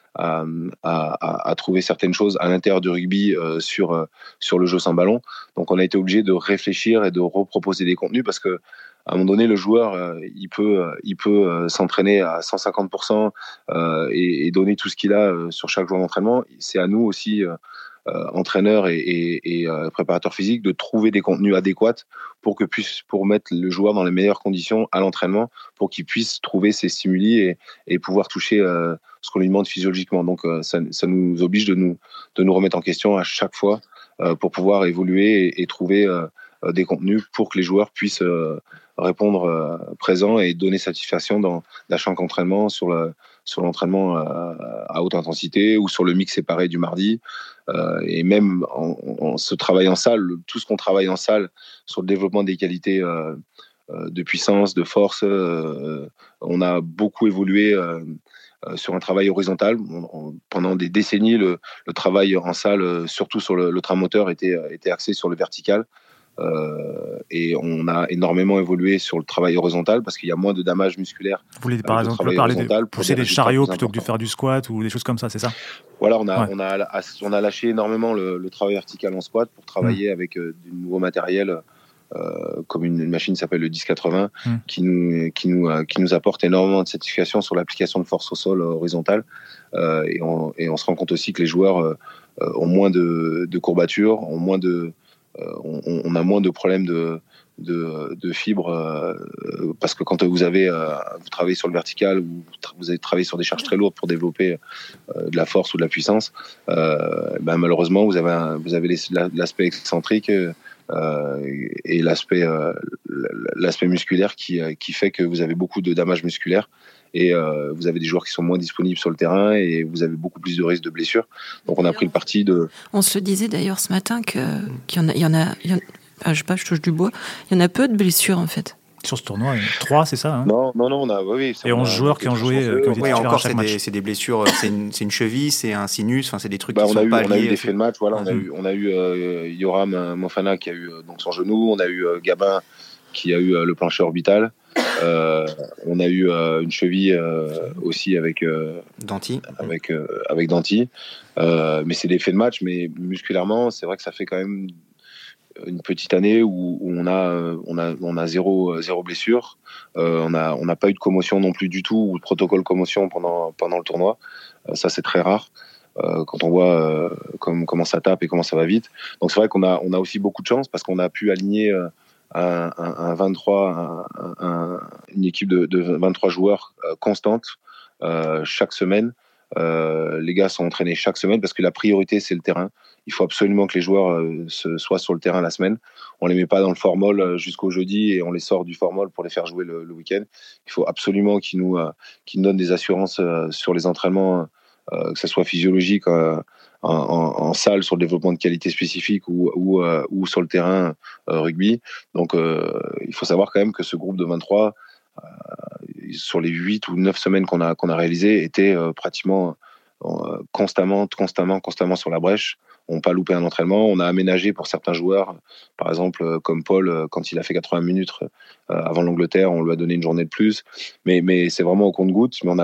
à trouver certaines choses à l'intérieur du rugby sur le jeu sans ballon. Donc on a été obligé de réfléchir et de reproposer des contenus parce que à un moment donné, le joueur, il peut s'entraîner à 150% et donner tout ce qu'il a sur chaque jour d'entraînement. C'est à nous aussi, entraîneurs et préparateurs physiques, de trouver des contenus adéquats pour mettre le joueur dans les meilleures conditions à l'entraînement, pour qu'il puisse trouver ses stimuli et pouvoir toucher ce qu'on lui demande physiologiquement. Donc ça nous oblige de nous remettre en question à chaque fois pour pouvoir évoluer et trouver des contenus pour que les joueurs puissent répondre présent et donner satisfaction dans chaque entraînement, sur l'entraînement à haute intensité ou sur le mix séparé du mardi. Et même en ce travail en salle, tout ce qu'on travaille en salle sur le développement des qualités de puissance, de force, on a beaucoup évolué sur un travail horizontal. Pendant des décennies, le travail en salle, surtout sur le train moteur, était axé sur le vertical. Et on a énormément évolué sur le travail horizontal parce qu'il y a moins de damage musculaire. Vous voulez par exemple parler de pousser des chariots plutôt que de faire du squat ou des choses comme ça, c'est ça? Voilà, on a lâché énormément le travail vertical en squat pour travailler avec du nouveau matériel comme une machine qui s'appelle le 1080 qui nous apporte énormément de satisfaction sur l'application de force au sol horizontale. Et on se rend compte aussi que les joueurs ont moins de courbatures, ont moins on a moins de problèmes de fibres parce que quand vous travaillez sur le vertical ou vous avez travaillé sur des charges très lourdes pour développer de la force ou de la puissance, malheureusement vous avez l'aspect excentrique et l'aspect musculaire qui fait que vous avez beaucoup de dommages musculaires et vous avez des joueurs qui sont moins disponibles sur le terrain et vous avez beaucoup plus de risques de blessures. Donc on a pris le parti de... On se le disait d'ailleurs ce matin qu'il y en a je sais pas, je touche du bois, il y en a peu de blessures en fait. Sur ce tournoi, 3, c'est ça, hein? Non, on a... Oui, et 11 joueurs qui ont joué, encore, c'est des blessures, c'est une cheville, c'est un sinus, c'est des trucs qui sont pas liés. On a eu des faits de match, voilà, on a eu Yoram Mofana qui a eu donc son genou, on a eu Gabin qui a eu le plancher orbital, on a eu une cheville aussi avec Danti. Avec Danti, mais c'est des faits de match, mais musculairement, c'est vrai que ça fait quand même une petite année où on a zéro blessure. On n'a pas eu de commotion non plus du tout, ou de protocole commotion pendant le tournoi. Ça, c'est très rare quand on voit comment ça tape et comment ça va vite. Donc c'est vrai qu'on a aussi beaucoup de chance parce qu'on a pu aligner un 23, une équipe de 23 joueurs constante chaque semaine. Les gars sont entraînés chaque semaine parce que la priorité, c'est le terrain. Il faut absolument que les joueurs soient sur le terrain la semaine. On les met pas dans le formol jusqu'au jeudi et on les sort du formol pour les faire jouer le week-end. Il faut absolument qu'ils nous donnent des assurances sur les entraînements, que ce soit physiologique en salle sur le développement de qualité spécifique ou sur le terrain rugby. Donc il faut savoir quand même que ce groupe de 23 sur les 8 ou 9 semaines qu'on a réalisées était pratiquement constamment sur la brèche n'ont pas loupé un entraînement. On a aménagé pour certains joueurs, par exemple comme Paul, quand il a fait 80 minutes avant l'Angleterre, on lui a donné une journée de plus. Mais c'est vraiment au compte-gouttes. Mais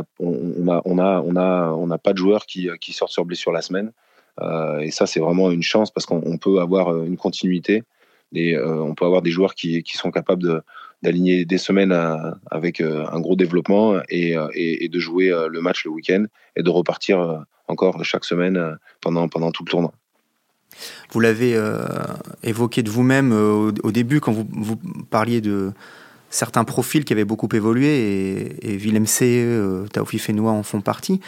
on n'a pas de joueurs qui sortent sur blessure la semaine. Et ça, c'est vraiment une chance parce qu'on peut avoir une continuité et on peut avoir des joueurs qui sont capables d'aligner des semaines avec un gros développement et de jouer le match le week-end et de repartir encore chaque semaine pendant tout le tournoi. Vous l'avez évoqué de vous-même au début quand vous parliez de certains profils qui avaient beaucoup évolué et Willem C, Taofi Fenoua en font partie.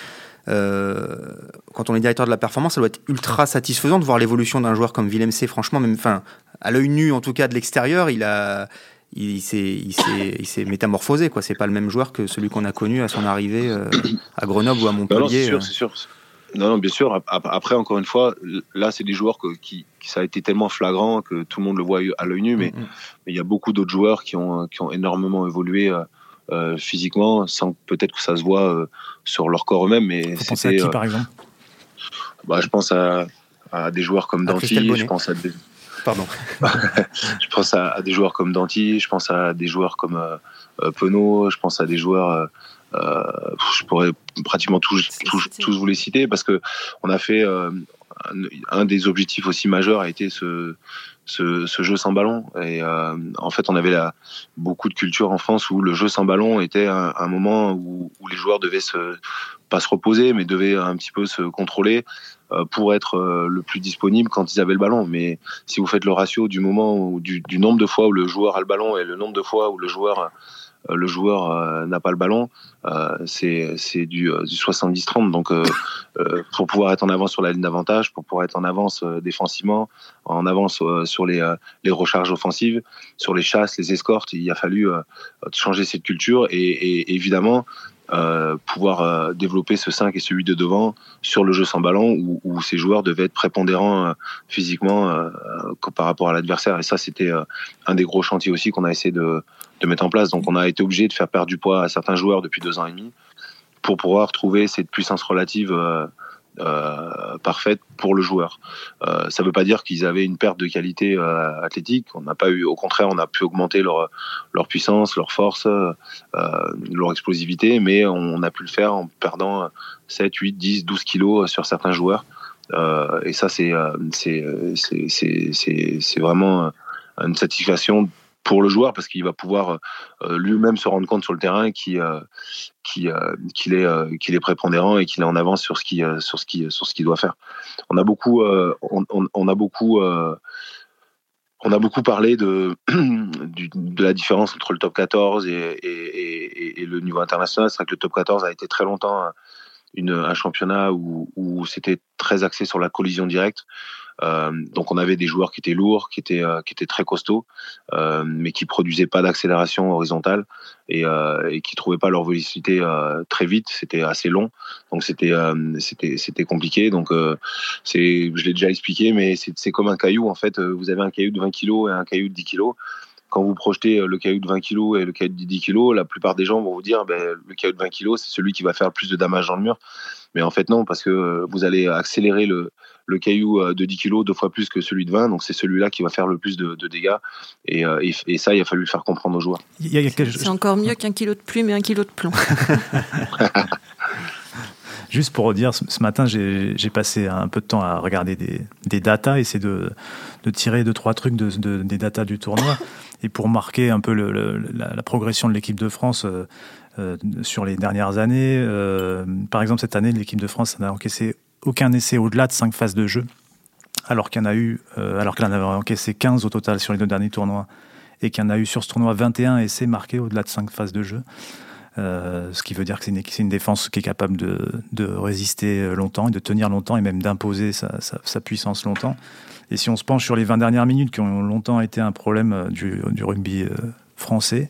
Quand on est directeur de la performance, ça doit être ultra satisfaisant de voir l'évolution d'un joueur comme Willem C. Franchement, même, à l'œil nu, en tout cas de l'extérieur, il s'est métamorphosé, quoi. C'est pas le même joueur que celui qu'on a connu à son arrivée à Grenoble ou à Montpellier. Non, c'est sûr. Non, bien sûr. Après, encore une fois, là, c'est des joueurs qui ça a été tellement flagrant que tout le monde le voit à l'œil nu, mais il y a beaucoup d'autres joueurs qui ont énormément évolué physiquement, sans peut-être que ça se voit sur leur corps eux-mêmes. Mais faut penser à qui, par exemple? Je pense à des joueurs comme Danty, je pense à des... Pardon. Je pense à des joueurs comme Danty, je pense à des joueurs comme Penaud, je pense à des joueurs... je pourrais pratiquement tous vous les citer parce que on a fait un des objectifs aussi majeurs a été ce jeu sans ballon et en fait on avait beaucoup de culture en France où le jeu sans ballon était un moment où les joueurs devaient pas se reposer mais devaient un petit peu se contrôler pour être le plus disponible quand ils avaient le ballon. Mais si vous faites le ratio du moment où, du nombre de fois où le joueur a le ballon et le nombre de fois où le joueur n'a pas le ballon, c'est du 70-30. Donc pour pouvoir être en avance sur la ligne d'avantage, pour pouvoir être en avance défensivement, en avance sur les recharges offensives, sur les chasses, les escortes, il a fallu changer cette culture et évidemment pouvoir développer ce 5 et ce 8 de devant sur le jeu sans ballon où ces joueurs devaient être prépondérants physiquement par rapport à l'adversaire. Et ça, c'était un des gros chantiers aussi qu'on a essayé de mettre en place. Donc on a été obligé de faire perdre du poids à certains joueurs depuis 2 ans et demi pour pouvoir trouver cette puissance relative parfaite pour le joueur. Ça ne veut pas dire qu'ils avaient une perte de qualité athlétique. On n'a pas eu, au contraire, on a pu augmenter leur puissance, leur force, leur explosivité, mais on a pu le faire en perdant 7, 8, 10, 12 kilos sur certains joueurs. Et ça, c'est vraiment une satisfaction pour le joueur parce qu'il va pouvoir lui-même se rendre compte sur le terrain qu'il est prépondérant et qu'il est en avance sur ce qu'il doit faire. On a beaucoup parlé de la différence entre le top 14 et le niveau international. C'est vrai que le top 14 a été très longtemps un championnat où c'était très axé sur la collision directe. Donc on avait des joueurs qui étaient lourds, qui étaient très costauds, mais qui produisaient pas d'accélération horizontale et qui trouvaient pas leur vélocité très vite. C'était assez long, donc c'était compliqué. Donc je l'ai déjà expliqué, mais c'est comme un caillou en fait. Vous avez un caillou de 20 kg et un caillou de 10 kg. Quand vous projetez le caillou de 20 kg et le caillou de 10 kg, la plupart des gens vont vous dire le caillou de 20 kg, c'est celui qui va faire le plus de dommages dans le mur. Mais en fait, non, parce que vous allez accélérer le caillou de 10 kg 2 fois plus que celui de 20, donc c'est celui-là qui va faire le plus de dégâts. Et ça, il a fallu le faire comprendre aux joueurs. C'est encore mieux qu'un kilo de plume et un kilo de plomb. Juste pour dire, ce matin, j'ai passé un peu de temps à regarder des datas, essayer de tirer 2-3 trucs des datas du tournoi. Et pour marquer un peu la progression de l'équipe de France sur les dernières années, par exemple, cette année, l'équipe de France n'a encaissé aucun essai au-delà de 5 phases de jeu, alors qu'elle en avait encaissé 15 au total sur les 2 derniers tournois, et qu'il y en a eu sur ce tournoi 21 essais marqués au-delà de 5 phases de jeu. Ce qui veut dire que c'est une défense qui est capable de résister longtemps et de tenir longtemps et même d'imposer sa puissance longtemps. Et si on se penche sur les 20 dernières minutes qui ont longtemps été un problème du rugby français,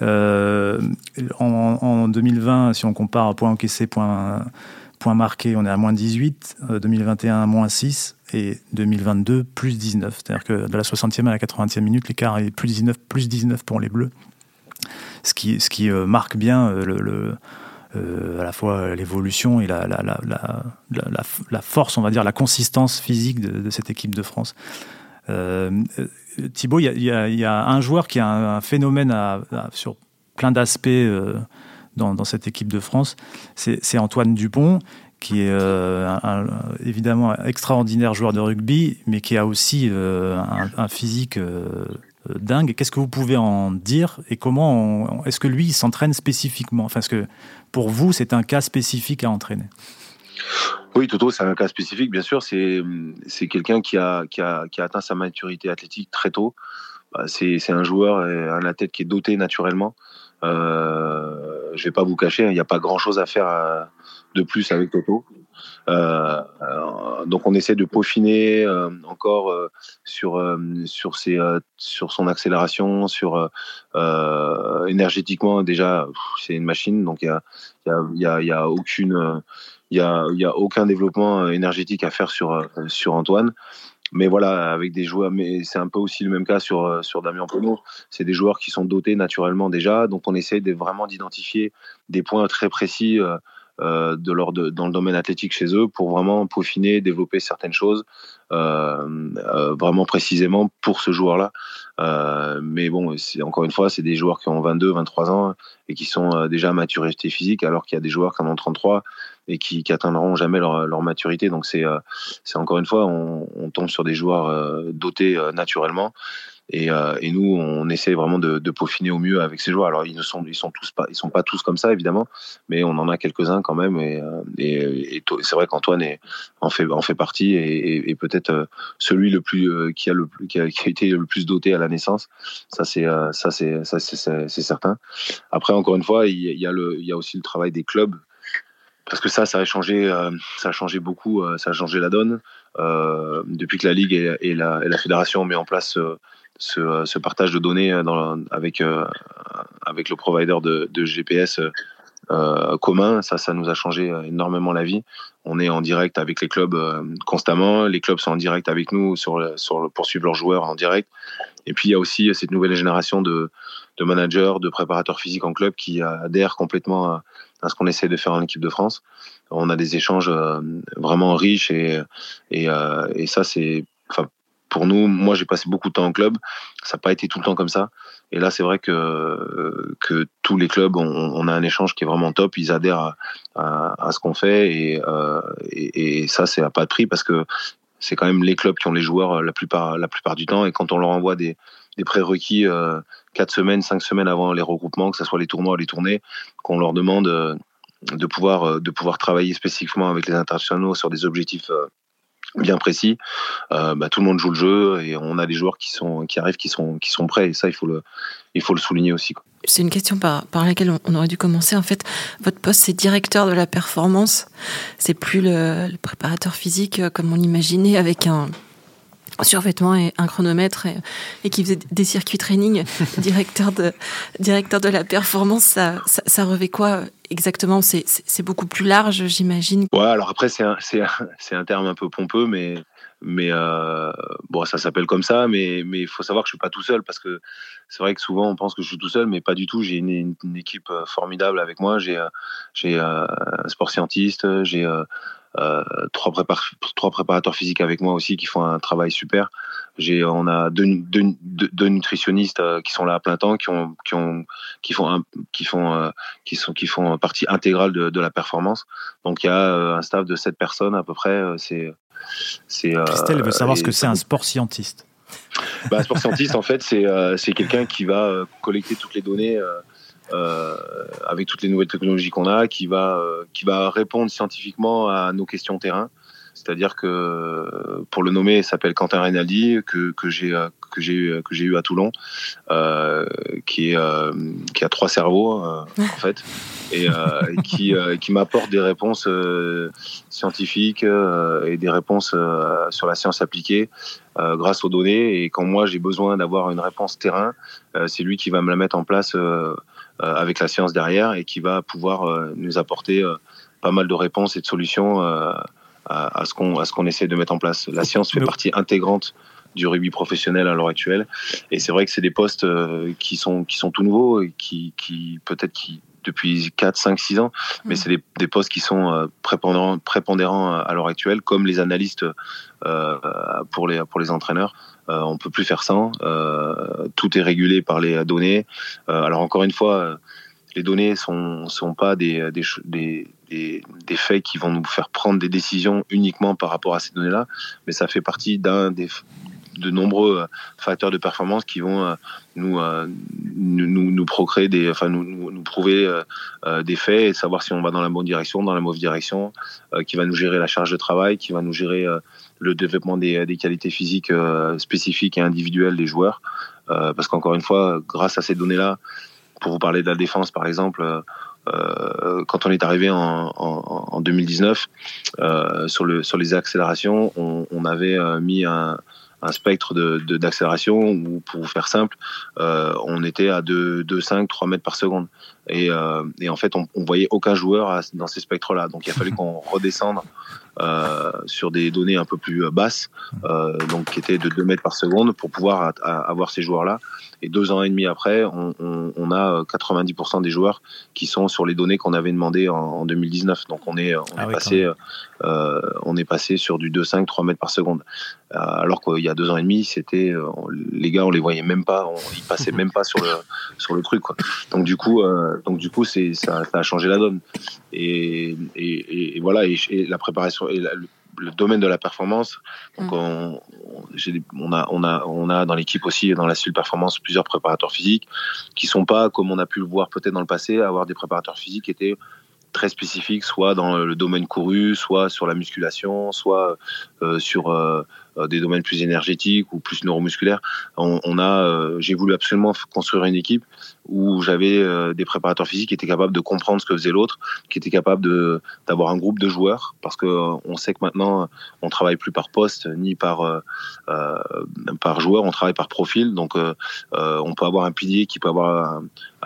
en 2020, si on compare points encaissés, points marqués, on est à moins 18, 2021 moins 6 et 2022 plus 19. C'est-à-dire que de la 60e à la 80e minute, l'écart est plus 19 pour les Bleus. Ce qui marque bien à la fois l'évolution et la force, on va dire, la consistance physique de cette équipe de France. Thibaut, il y a un joueur qui a un phénomène sur plein d'aspects dans cette équipe de France, c'est Antoine Dupont, qui est évidemment un extraordinaire joueur de rugby, mais qui a aussi un physique dingue. Qu'est-ce que vous pouvez en dire et comment est-ce que lui il s'entraîne spécifiquement? Enfin, est-ce que pour vous c'est un cas spécifique à entraîner? Oui, Toto, c'est un cas spécifique, bien sûr. C'est quelqu'un qui a atteint sa maturité athlétique très tôt. C'est un joueur, un athlète qui est doté naturellement. Je vais pas vous cacher, il n'y a pas grand-chose à faire de plus avec Toto. Donc on essaie de peaufiner encore sur son accélération, énergétiquement déjà c'est une machine, donc il y a aucun développement énergétique à faire sur Antoine. Mais voilà, avec des joueurs, mais c'est un peu aussi le même cas sur Damien Penaud. C'est des joueurs qui sont dotés naturellement déjà, donc on essaie vraiment d'identifier des points très précis dans le domaine athlétique chez eux pour vraiment peaufiner, développer certaines choses vraiment précisément pour ce joueur-là. Mais bon, encore une fois, c'est des joueurs qui ont 22, 23 ans et qui sont déjà à maturité physique, alors qu'il y a des joueurs qui en ont 33 et qui atteindront jamais leur maturité. Donc c'est encore une fois, on tombe sur des joueurs dotés naturellement. Et nous, on essaie vraiment de peaufiner au mieux avec ces joueurs. Alors, ils sont pas tous comme ça, évidemment, mais on en a quelques-uns quand même. Et c'est vrai qu'Antoine en fait partie et peut-être celui qui a été le plus doté à la naissance. Ça, c'est certain. Après, encore une fois, il y a aussi le travail des clubs. Parce que ça a changé beaucoup, ça a changé la donne depuis que la Ligue et la Fédération ont mis en place ce partage de données avec le provider de GPS commun. Ça nous a changé énormément la vie. On est en direct avec les clubs constamment. Les clubs sont en direct avec nous pour suivre leurs joueurs en direct. Et puis il y a aussi cette nouvelle génération de managers, de préparateurs physiques en club qui adhèrent complètement à ce qu'on essaie de faire en équipe de France. On a des échanges vraiment riches et ça c'est, enfin, pour nous, moi j'ai passé beaucoup de temps en club, ça n'a pas été tout le temps comme ça. Et là c'est vrai que tous les clubs, on a un échange qui est vraiment top, ils adhèrent à ce qu'on fait et ça c'est à pas de prix parce que c'est quand même les clubs qui ont les joueurs la plupart du temps, et quand on leur envoie des prérequis 4 semaines, 5 semaines avant les regroupements, que ce soit les tournois ou les tournées, qu'on leur demande de pouvoir travailler spécifiquement avec les internationaux sur des objectifs bien précis, tout le monde joue le jeu et on a des joueurs qui arrivent, qui sont prêts, et ça il faut le souligner aussi, quoi. C'est une question par laquelle on aurait dû commencer. En fait, votre poste, c'est directeur de la performance. C'est plus le préparateur physique comme on l'imaginait, avec un survêtement et un chronomètre et qui faisait des circuits training. directeur de la performance, ça revêt quoi exactement? C'est beaucoup plus large, j'imagine. Ouais, alors après c'est un terme un peu pompeux, mais bon, ça s'appelle comme ça, mais il faut savoir que je suis pas tout seul, parce que c'est vrai que souvent on pense que je suis tout seul, mais pas du tout. J'ai une équipe formidable avec moi. J'ai un sport scientiste, j'ai 3 préparateurs physiques avec moi aussi qui font un travail super. On a deux nutritionnistes qui sont là à plein temps, qui font partie intégrale de la performance. Donc il y a un staff de 7 personnes à peu près. Christelle veut savoir ce que c'est un sport scientiste. Un sport scientiste, en fait, c'est quelqu'un qui va collecter toutes les données avec toutes les nouvelles technologies qu'on a, qui va répondre scientifiquement à nos questions terrain. C'est-à-dire que, pour le nommer, il s'appelle Quentin Rinaldi, que j'ai eu à Toulon, qui a 3 cerveaux en fait, et qui m'apporte des réponses scientifiques et des réponses sur la science appliquée grâce aux données. Et quand moi j'ai besoin d'avoir une réponse terrain, c'est lui qui va me la mettre en place avec la science derrière, et qui va pouvoir nous apporter pas mal de réponses et de solutions à ce qu'on essaie de mettre en place. La science fait partie intégrante du rugby professionnel à l'heure actuelle, et c'est vrai que c'est des postes qui sont tout nouveaux et qui depuis 4, 5, 6 ans, mais c'est des postes qui sont prépondérants à l'heure actuelle, comme les analystes pour les entraîneurs. On peut plus faire sans. Tout est régulé par les données. Alors encore une fois, les données sont pas des faits qui vont nous faire prendre des décisions uniquement par rapport à ces données-là, mais ça fait partie de nombreux facteurs de performance qui vont nous procréer nous prouver des faits et savoir si on va dans la bonne direction, dans la mauvaise direction, qui va nous gérer la charge de travail, qui va nous gérer le développement des qualités physiques spécifiques et individuelles des joueurs. Parce qu'encore une fois, grâce à ces données-là, pour vous parler de la défense par exemple, quand on est arrivé en 2019, sur les accélérations, on avait mis un spectre d'accélération où, pour vous faire simple, on était à 2,5, 3 mètres par seconde. Et en fait, on voyait aucun joueur dans ces spectres-là. Donc, il a fallu qu'on redescende sur des données un peu plus basses, donc qui étaient de 2 mètres par seconde, pour pouvoir avoir ces joueurs-là. Et 2 ans et demi après, on a 90% des joueurs qui sont sur les données qu'on avait demandées en 2019. Donc, on est passé sur du 2,5, 3 mètres par seconde. Alors qu'il y a 2 ans et demi, les gars, on les voyait même pas, ils passaient même pas sur le truc, quoi. Donc du coup, ça a changé la donne. Et voilà, et la préparation et le domaine de la performance. Donc on a dans l'équipe aussi, dans la cellule performance, plusieurs préparateurs physiques qui sont pas, comme on a pu le voir peut-être dans le passé, avoir des préparateurs physiques qui étaient très spécifiques, soit dans le domaine couru, soit sur la musculation, soit sur des domaines plus énergétiques ou plus neuromusculaires. J'ai voulu absolument construire une équipe où j'avais des préparateurs physiques qui étaient capables de comprendre ce que faisait l'autre, qui étaient capables d'avoir un groupe de joueurs, parce que on sait que maintenant on travaille plus par poste ni par joueur, on travaille par profil. Donc on peut avoir un pilier qui peut avoir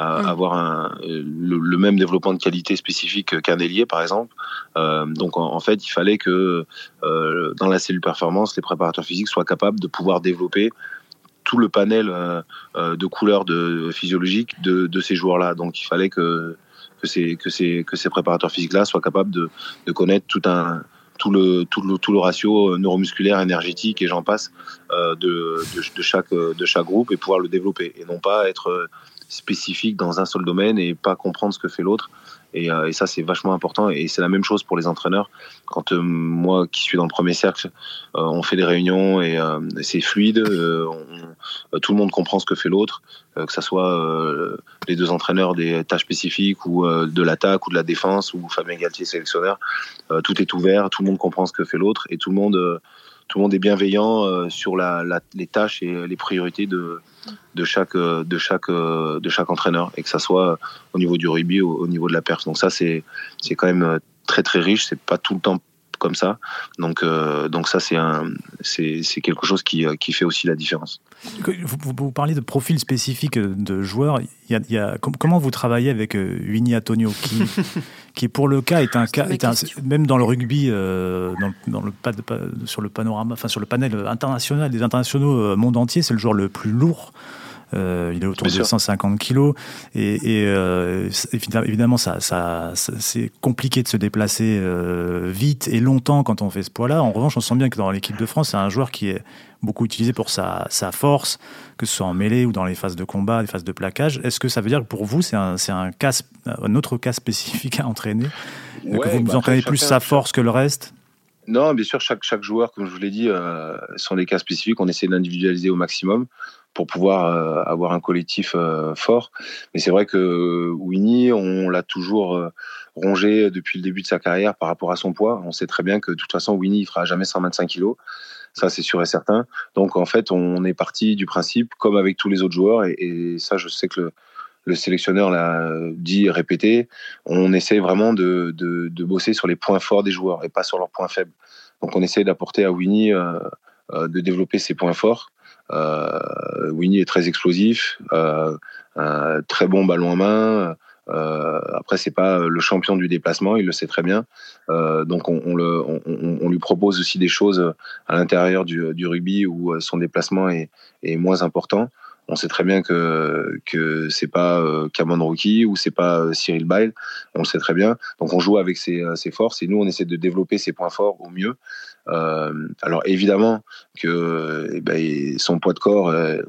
le même développement de qualité spécifique qu'un ailier, par exemple. Donc en fait, il fallait que dans la cellule performance, les préparateurs physiques soient capables de pouvoir développer tout le panel de couleurs physiologiques de ces joueurs-là. Donc il fallait que ces préparateurs physiques-là soient capables de connaître tout le ratio neuromusculaire, énergétique et j'en passe de chaque groupe, et pouvoir le développer, et non pas être spécifique dans un seul domaine et pas comprendre ce que fait l'autre. Et ça, c'est vachement important. Et c'est la même chose pour les entraîneurs. Quand moi, qui suis dans le premier cercle, on fait des réunions et c'est fluide. Tout le monde comprend ce que fait l'autre, que ça soit les deux entraîneurs des tâches spécifiques ou de l'attaque ou de la défense, ou Fabien Galtier, sélectionneur. Tout est ouvert, tout le monde comprend ce que fait l'autre, et tout le monde est bienveillant sur les tâches et les priorités de chaque entraîneur, et que ça soit au niveau du rugby ou au niveau de la perf. Donc ça, c'est quand même très très riche. C'est pas tout le temps comme ça. Donc ça, c'est quelque chose qui fait aussi la différence. Vous parlez de profil spécifique de joueurs. Comment vous travaillez avec Winnie Atonio, qui pour le cas est un cas, même dans le rugby, sur le panorama, enfin sur le panel international des internationaux monde entier, c'est le joueur le plus lourd. Il est autour de 150 kilos et évidemment c'est compliqué de se déplacer vite et longtemps quand on fait ce poids-là. En revanche, on sent bien que dans l'équipe de France, c'est un joueur qui est beaucoup utilisé pour sa force, que ce soit en mêlée ou dans les phases de combat, les phases de plaquage. Est-ce que ça veut dire que pour vous, c'est un autre cas spécifique à entraîner, que vous entraînez plus sa force que le reste? Non, bien sûr, chaque joueur, comme je vous l'ai dit, sont des cas spécifiques. On essaie d'individualiser au maximum pour pouvoir avoir un collectif fort. Mais c'est vrai que Winnie, on l'a toujours rongé depuis le début de sa carrière par rapport à son poids. On sait très bien que de toute façon, Winnie ne fera jamais 125 kilos. Ça, c'est sûr et certain. Donc, en fait, on est parti du principe, comme avec tous les autres joueurs, et ça, je sais que le sélectionneur l'a dit et répété, on essaie vraiment de bosser sur les points forts des joueurs et pas sur leurs points faibles. Donc, on essaie d'apporter à Winnie de développer ses points forts. Winnie est très explosif, très bon ballon en main. Après, c'est pas le champion du déplacement, il le sait très bien. Donc, on lui propose aussi des choses à l'intérieur du rugby où son déplacement est moins important. On sait très bien que c'est pas Cameron Rookie ou c'est pas Cyril Bail. On le sait très bien. Donc on joue avec ses forces et nous on essaie de développer ses points forts au mieux. Alors évidemment que son poids de corps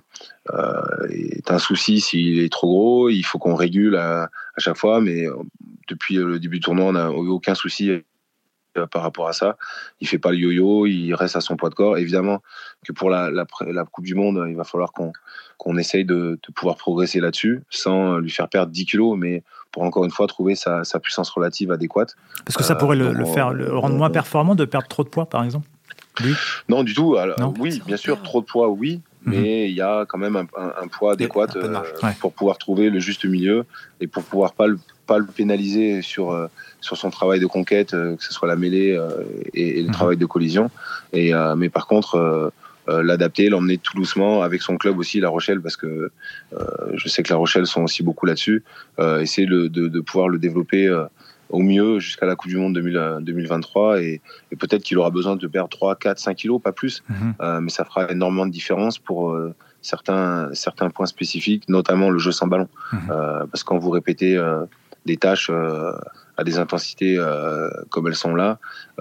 est un souci s'il est trop gros. Il faut qu'on régule à chaque fois. Mais depuis le début du tournoi, on n'a eu aucun souci par rapport à ça. Il fait pas le yo-yo, il reste à son poids de corps. Évidemment que pour la Coupe du Monde, il va falloir qu'on essaye de pouvoir progresser là-dessus sans lui faire perdre 10 kilos, mais pour encore une fois trouver sa puissance relative adéquate. Parce que ça pourrait le rendre moins performant de perdre trop de poids, par exemple, lui ? Non, du tout. Alors, non, oui, bien sûr, trop de poids, oui. Mais il y a quand même un poids adéquat pour pouvoir trouver le juste milieu et pour pouvoir pas le pénaliser sur son travail de conquête, que ce soit la mêlée et le travail de collision. Mais par contre, l'adapter, l'emmener tout doucement avec son club aussi, La Rochelle, parce que je sais que La Rochelle sont aussi beaucoup là-dessus. Essayer de pouvoir le développer au mieux jusqu'à la Coupe du Monde 2023 et peut-être qu'il aura besoin de perdre 3, 4, 5 kilos, pas plus, mais ça fera énormément de différence pour certains points spécifiques, notamment le jeu sans ballon. Parce que quand vous répétez des tâches à des intensités comme elles sont là,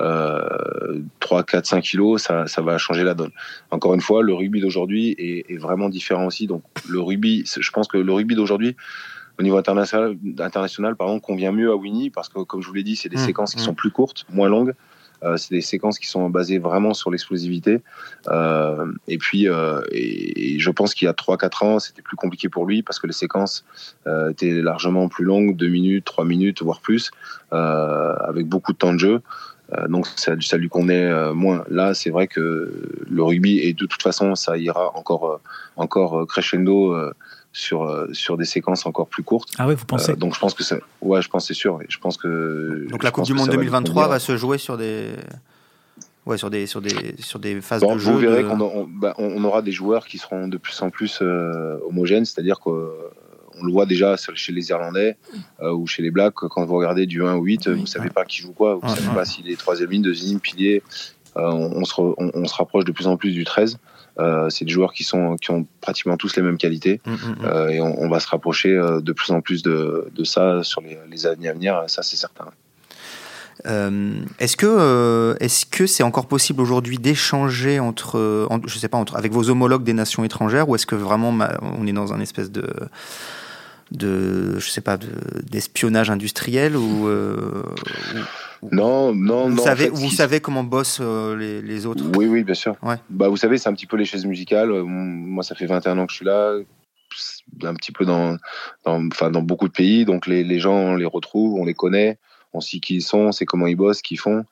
3, 4, 5 kilos, ça va changer la donne. Encore une fois, le rugby d'aujourd'hui est vraiment différent aussi. Donc je pense que le rugby d'aujourd'hui, au niveau international, convient mieux à Winnie parce que, comme je vous l'ai dit, c'est des séquences qui sont plus courtes, moins longues. C'est des séquences qui sont basées vraiment sur l'explosivité. Et puis, et je pense qu'il y a 3-4 ans, c'était plus compliqué pour lui parce que les séquences étaient largement plus longues, 2 minutes, 3 minutes, voire plus, avec beaucoup de temps de jeu. Donc ça lui convenait moins. Là, c'est vrai que le rugby, et de toute façon, ça ira encore crescendo sur des séquences encore plus courtes. Ah oui, vous pensez donc je pense que ça... Ouais, je pense, c'est sûr. Je pense que... Donc la Coupe du Monde 2023 va se jouer sur des phases de jeu. Vous verrez qu'on aura des joueurs qui seront de plus en plus homogènes, c'est-à-dire qu'on le voit déjà chez les Irlandais ou chez les Blacks, quand vous regardez du 1 au 8, vous ne savez pas qui joue quoi, vous ne savez pas s'il est troisième ligne, deuxième ligne, pilier. On se rapproche de plus en plus du 13. C'est des joueurs qui ont pratiquement tous les mêmes qualités et on va se rapprocher de plus en plus de ça sur les années à venir, ça c'est certain. Est-ce que c'est encore possible aujourd'hui d'échanger avec vos homologues des nations étrangères, ou est-ce que vraiment on est dans un espèce d'espionnage industriel ou Non. Vous savez comment bossent les autres ? Oui, bien sûr. Ouais. Vous savez, c'est un petit peu les chaises musicales. Moi, ça fait 21 ans que je suis là, un petit peu dans beaucoup de pays. Donc, les gens, on les retrouve, on les connaît, on sait qui ils sont, on sait comment ils bossent, ce qu'ils font.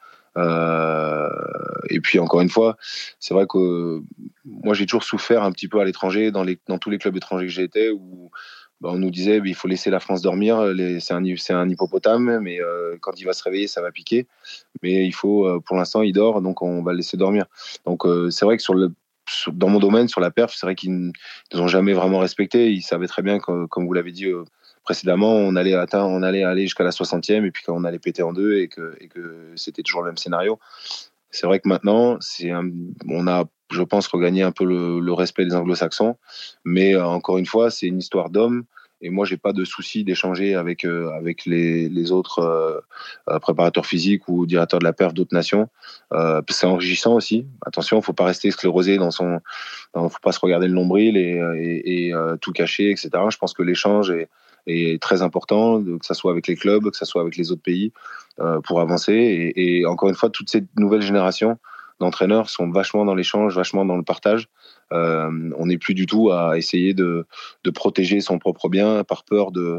Et puis, encore une fois, c'est vrai que moi, j'ai toujours souffert un petit peu à l'étranger, dans tous les clubs étrangers que j'ai été, où on nous disait il faut laisser la France dormir, c'est un hippopotame, mais quand il va se réveiller, ça va piquer. Mais il faut, pour l'instant, il dort, donc on va le laisser dormir. Donc c'est vrai que dans mon domaine, sur la perf, c'est vrai qu'ils ne nous ont jamais vraiment respecté. Ils savaient très bien que, comme vous l'avez dit précédemment, on allait aller jusqu'à la 60e et puis qu'on allait péter en deux et que c'était toujours le même scénario. C'est vrai que maintenant, on a, je pense, regagné un peu le respect des anglo-saxons, mais encore une fois, c'est une histoire d'hommes. Et moi, j'ai pas de souci d'échanger avec les autres préparateurs physiques ou directeurs de la perf d'autres nations. C'est enrichissant aussi. Attention, faut pas rester sclérosé faut pas se regarder le nombril et tout cacher, etc. Je pense que l'échange est très important, que ça soit avec les clubs, que ça soit avec les autres pays, pour avancer. Et encore une fois, toutes ces nouvelles générations d'entraîneurs sont vachement dans l'échange, vachement dans le partage. On n'est plus du tout à essayer de protéger son propre bien par peur de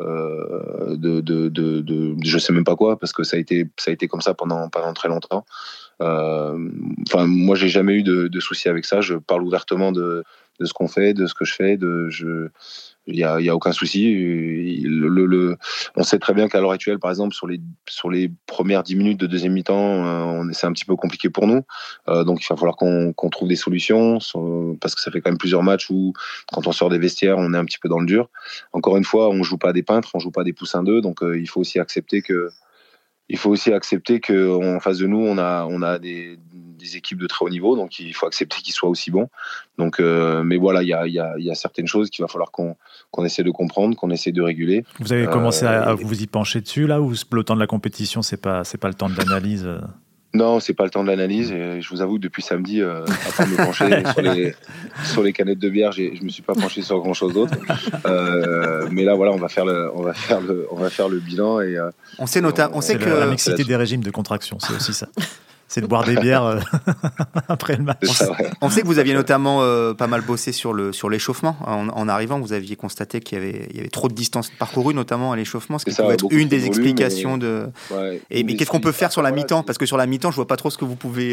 je sais même pas quoi, parce que ça a été comme ça pendant très longtemps. Moi, j'ai jamais eu de soucis avec ça. Je parle ouvertement de ce qu'on fait, de ce que je fais. Il y a aucun souci. On sait très bien qu'à l'heure actuelle, par exemple, sur les premières 10 minutes de deuxième mi-temps, c'est un petit peu compliqué pour nous. Donc, il va falloir qu'on trouve des solutions, parce que ça fait quand même plusieurs matchs où, quand on sort des vestiaires, on est un petit peu dans le dur. Encore une fois, on joue pas des peintres, on joue pas des poussins d'œufs. Donc, il faut aussi accepter que il faut aussi accepter qu'en face de nous, on a des équipes de très haut niveau, donc il faut accepter qu'ils soient aussi bons. Donc, mais voilà, il y a certaines choses qu'il va falloir qu'on essaie de comprendre, qu'on essaie de réguler. Vous avez commencé à vous y pencher dessus là, ou le temps de la compétition, c'est pas le temps de l'analyse? Non, c'est pas le temps de l'analyse. Et je vous avoue que depuis samedi, après me pencher sur les canettes de bière, je me suis pas penché sur grand chose d'autre. Mais là, voilà, on va faire le bilan et on sait que la mixité des régimes de contraction, c'est aussi ça. C'est de boire des bières après le match. On sait que vous aviez notamment pas mal bossé sur l'échauffement. En arrivant, vous aviez constaté qu'il y avait trop de distance parcourue, notamment à l'échauffement, ce qui pouvait être une des explications de... Ouais, mais qu'est-ce qu'on peut faire sur la mi-temps? Parce que sur la mi-temps, je vois pas trop ce que vous pouvez...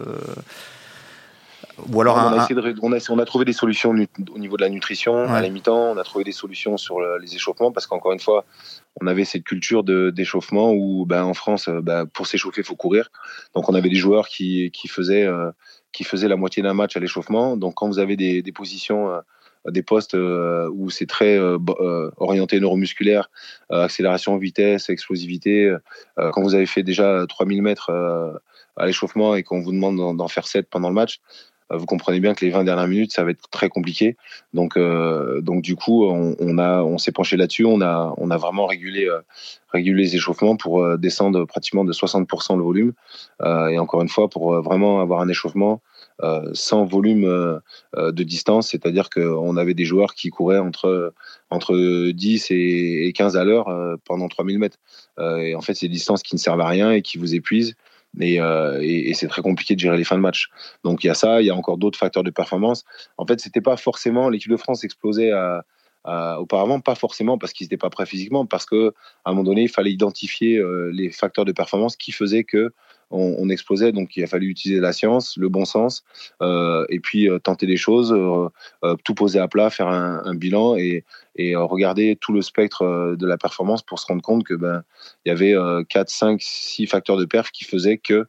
Ou alors on a trouvé des solutions au niveau de la nutrition. Ouais. À la mi-temps, on a trouvé des solutions sur les échauffements, parce qu'encore une fois, on avait cette culture d'échauffement où, en France, pour s'échauffer, il faut courir. Donc, on avait des joueurs qui faisaient la moitié d'un match à l'échauffement. Donc, quand vous avez des positions, des postes où c'est très orienté neuromusculaire, accélération, vitesse, explosivité, quand vous avez fait déjà 3000 mètres à l'échauffement et qu'on vous demande d'en faire 7 pendant le match, vous comprenez bien que les 20 dernières minutes, ça va être très compliqué. Donc du coup, on s'est penché là-dessus. On a vraiment régulé les échauffements pour descendre pratiquement de 60% le volume. Et encore une fois, pour vraiment avoir un échauffement sans volume de distance, c'est-à-dire qu'on avait des joueurs qui couraient entre 10 et 15 à l'heure pendant 3000 mètres. Et en fait, c'est des distances qui ne servent à rien et qui vous épuisent. Et c'est très compliqué de gérer les fins de match. Donc il y a ça, il y a encore d'autres facteurs de performance. En fait, c'était pas forcément l'équipe de France explosait auparavant, pas forcément parce qu'ils n'étaient pas prêts physiquement, parce que à un moment donné, il fallait identifier les facteurs de performance qui faisaient que on explosait. Donc il a fallu utiliser la science, le bon sens, et puis tenter des choses, tout poser à plat, faire un bilan et regarder tout le spectre de la performance pour se rendre compte que il y avait 4, 5, 6 facteurs de perf qui faisaient que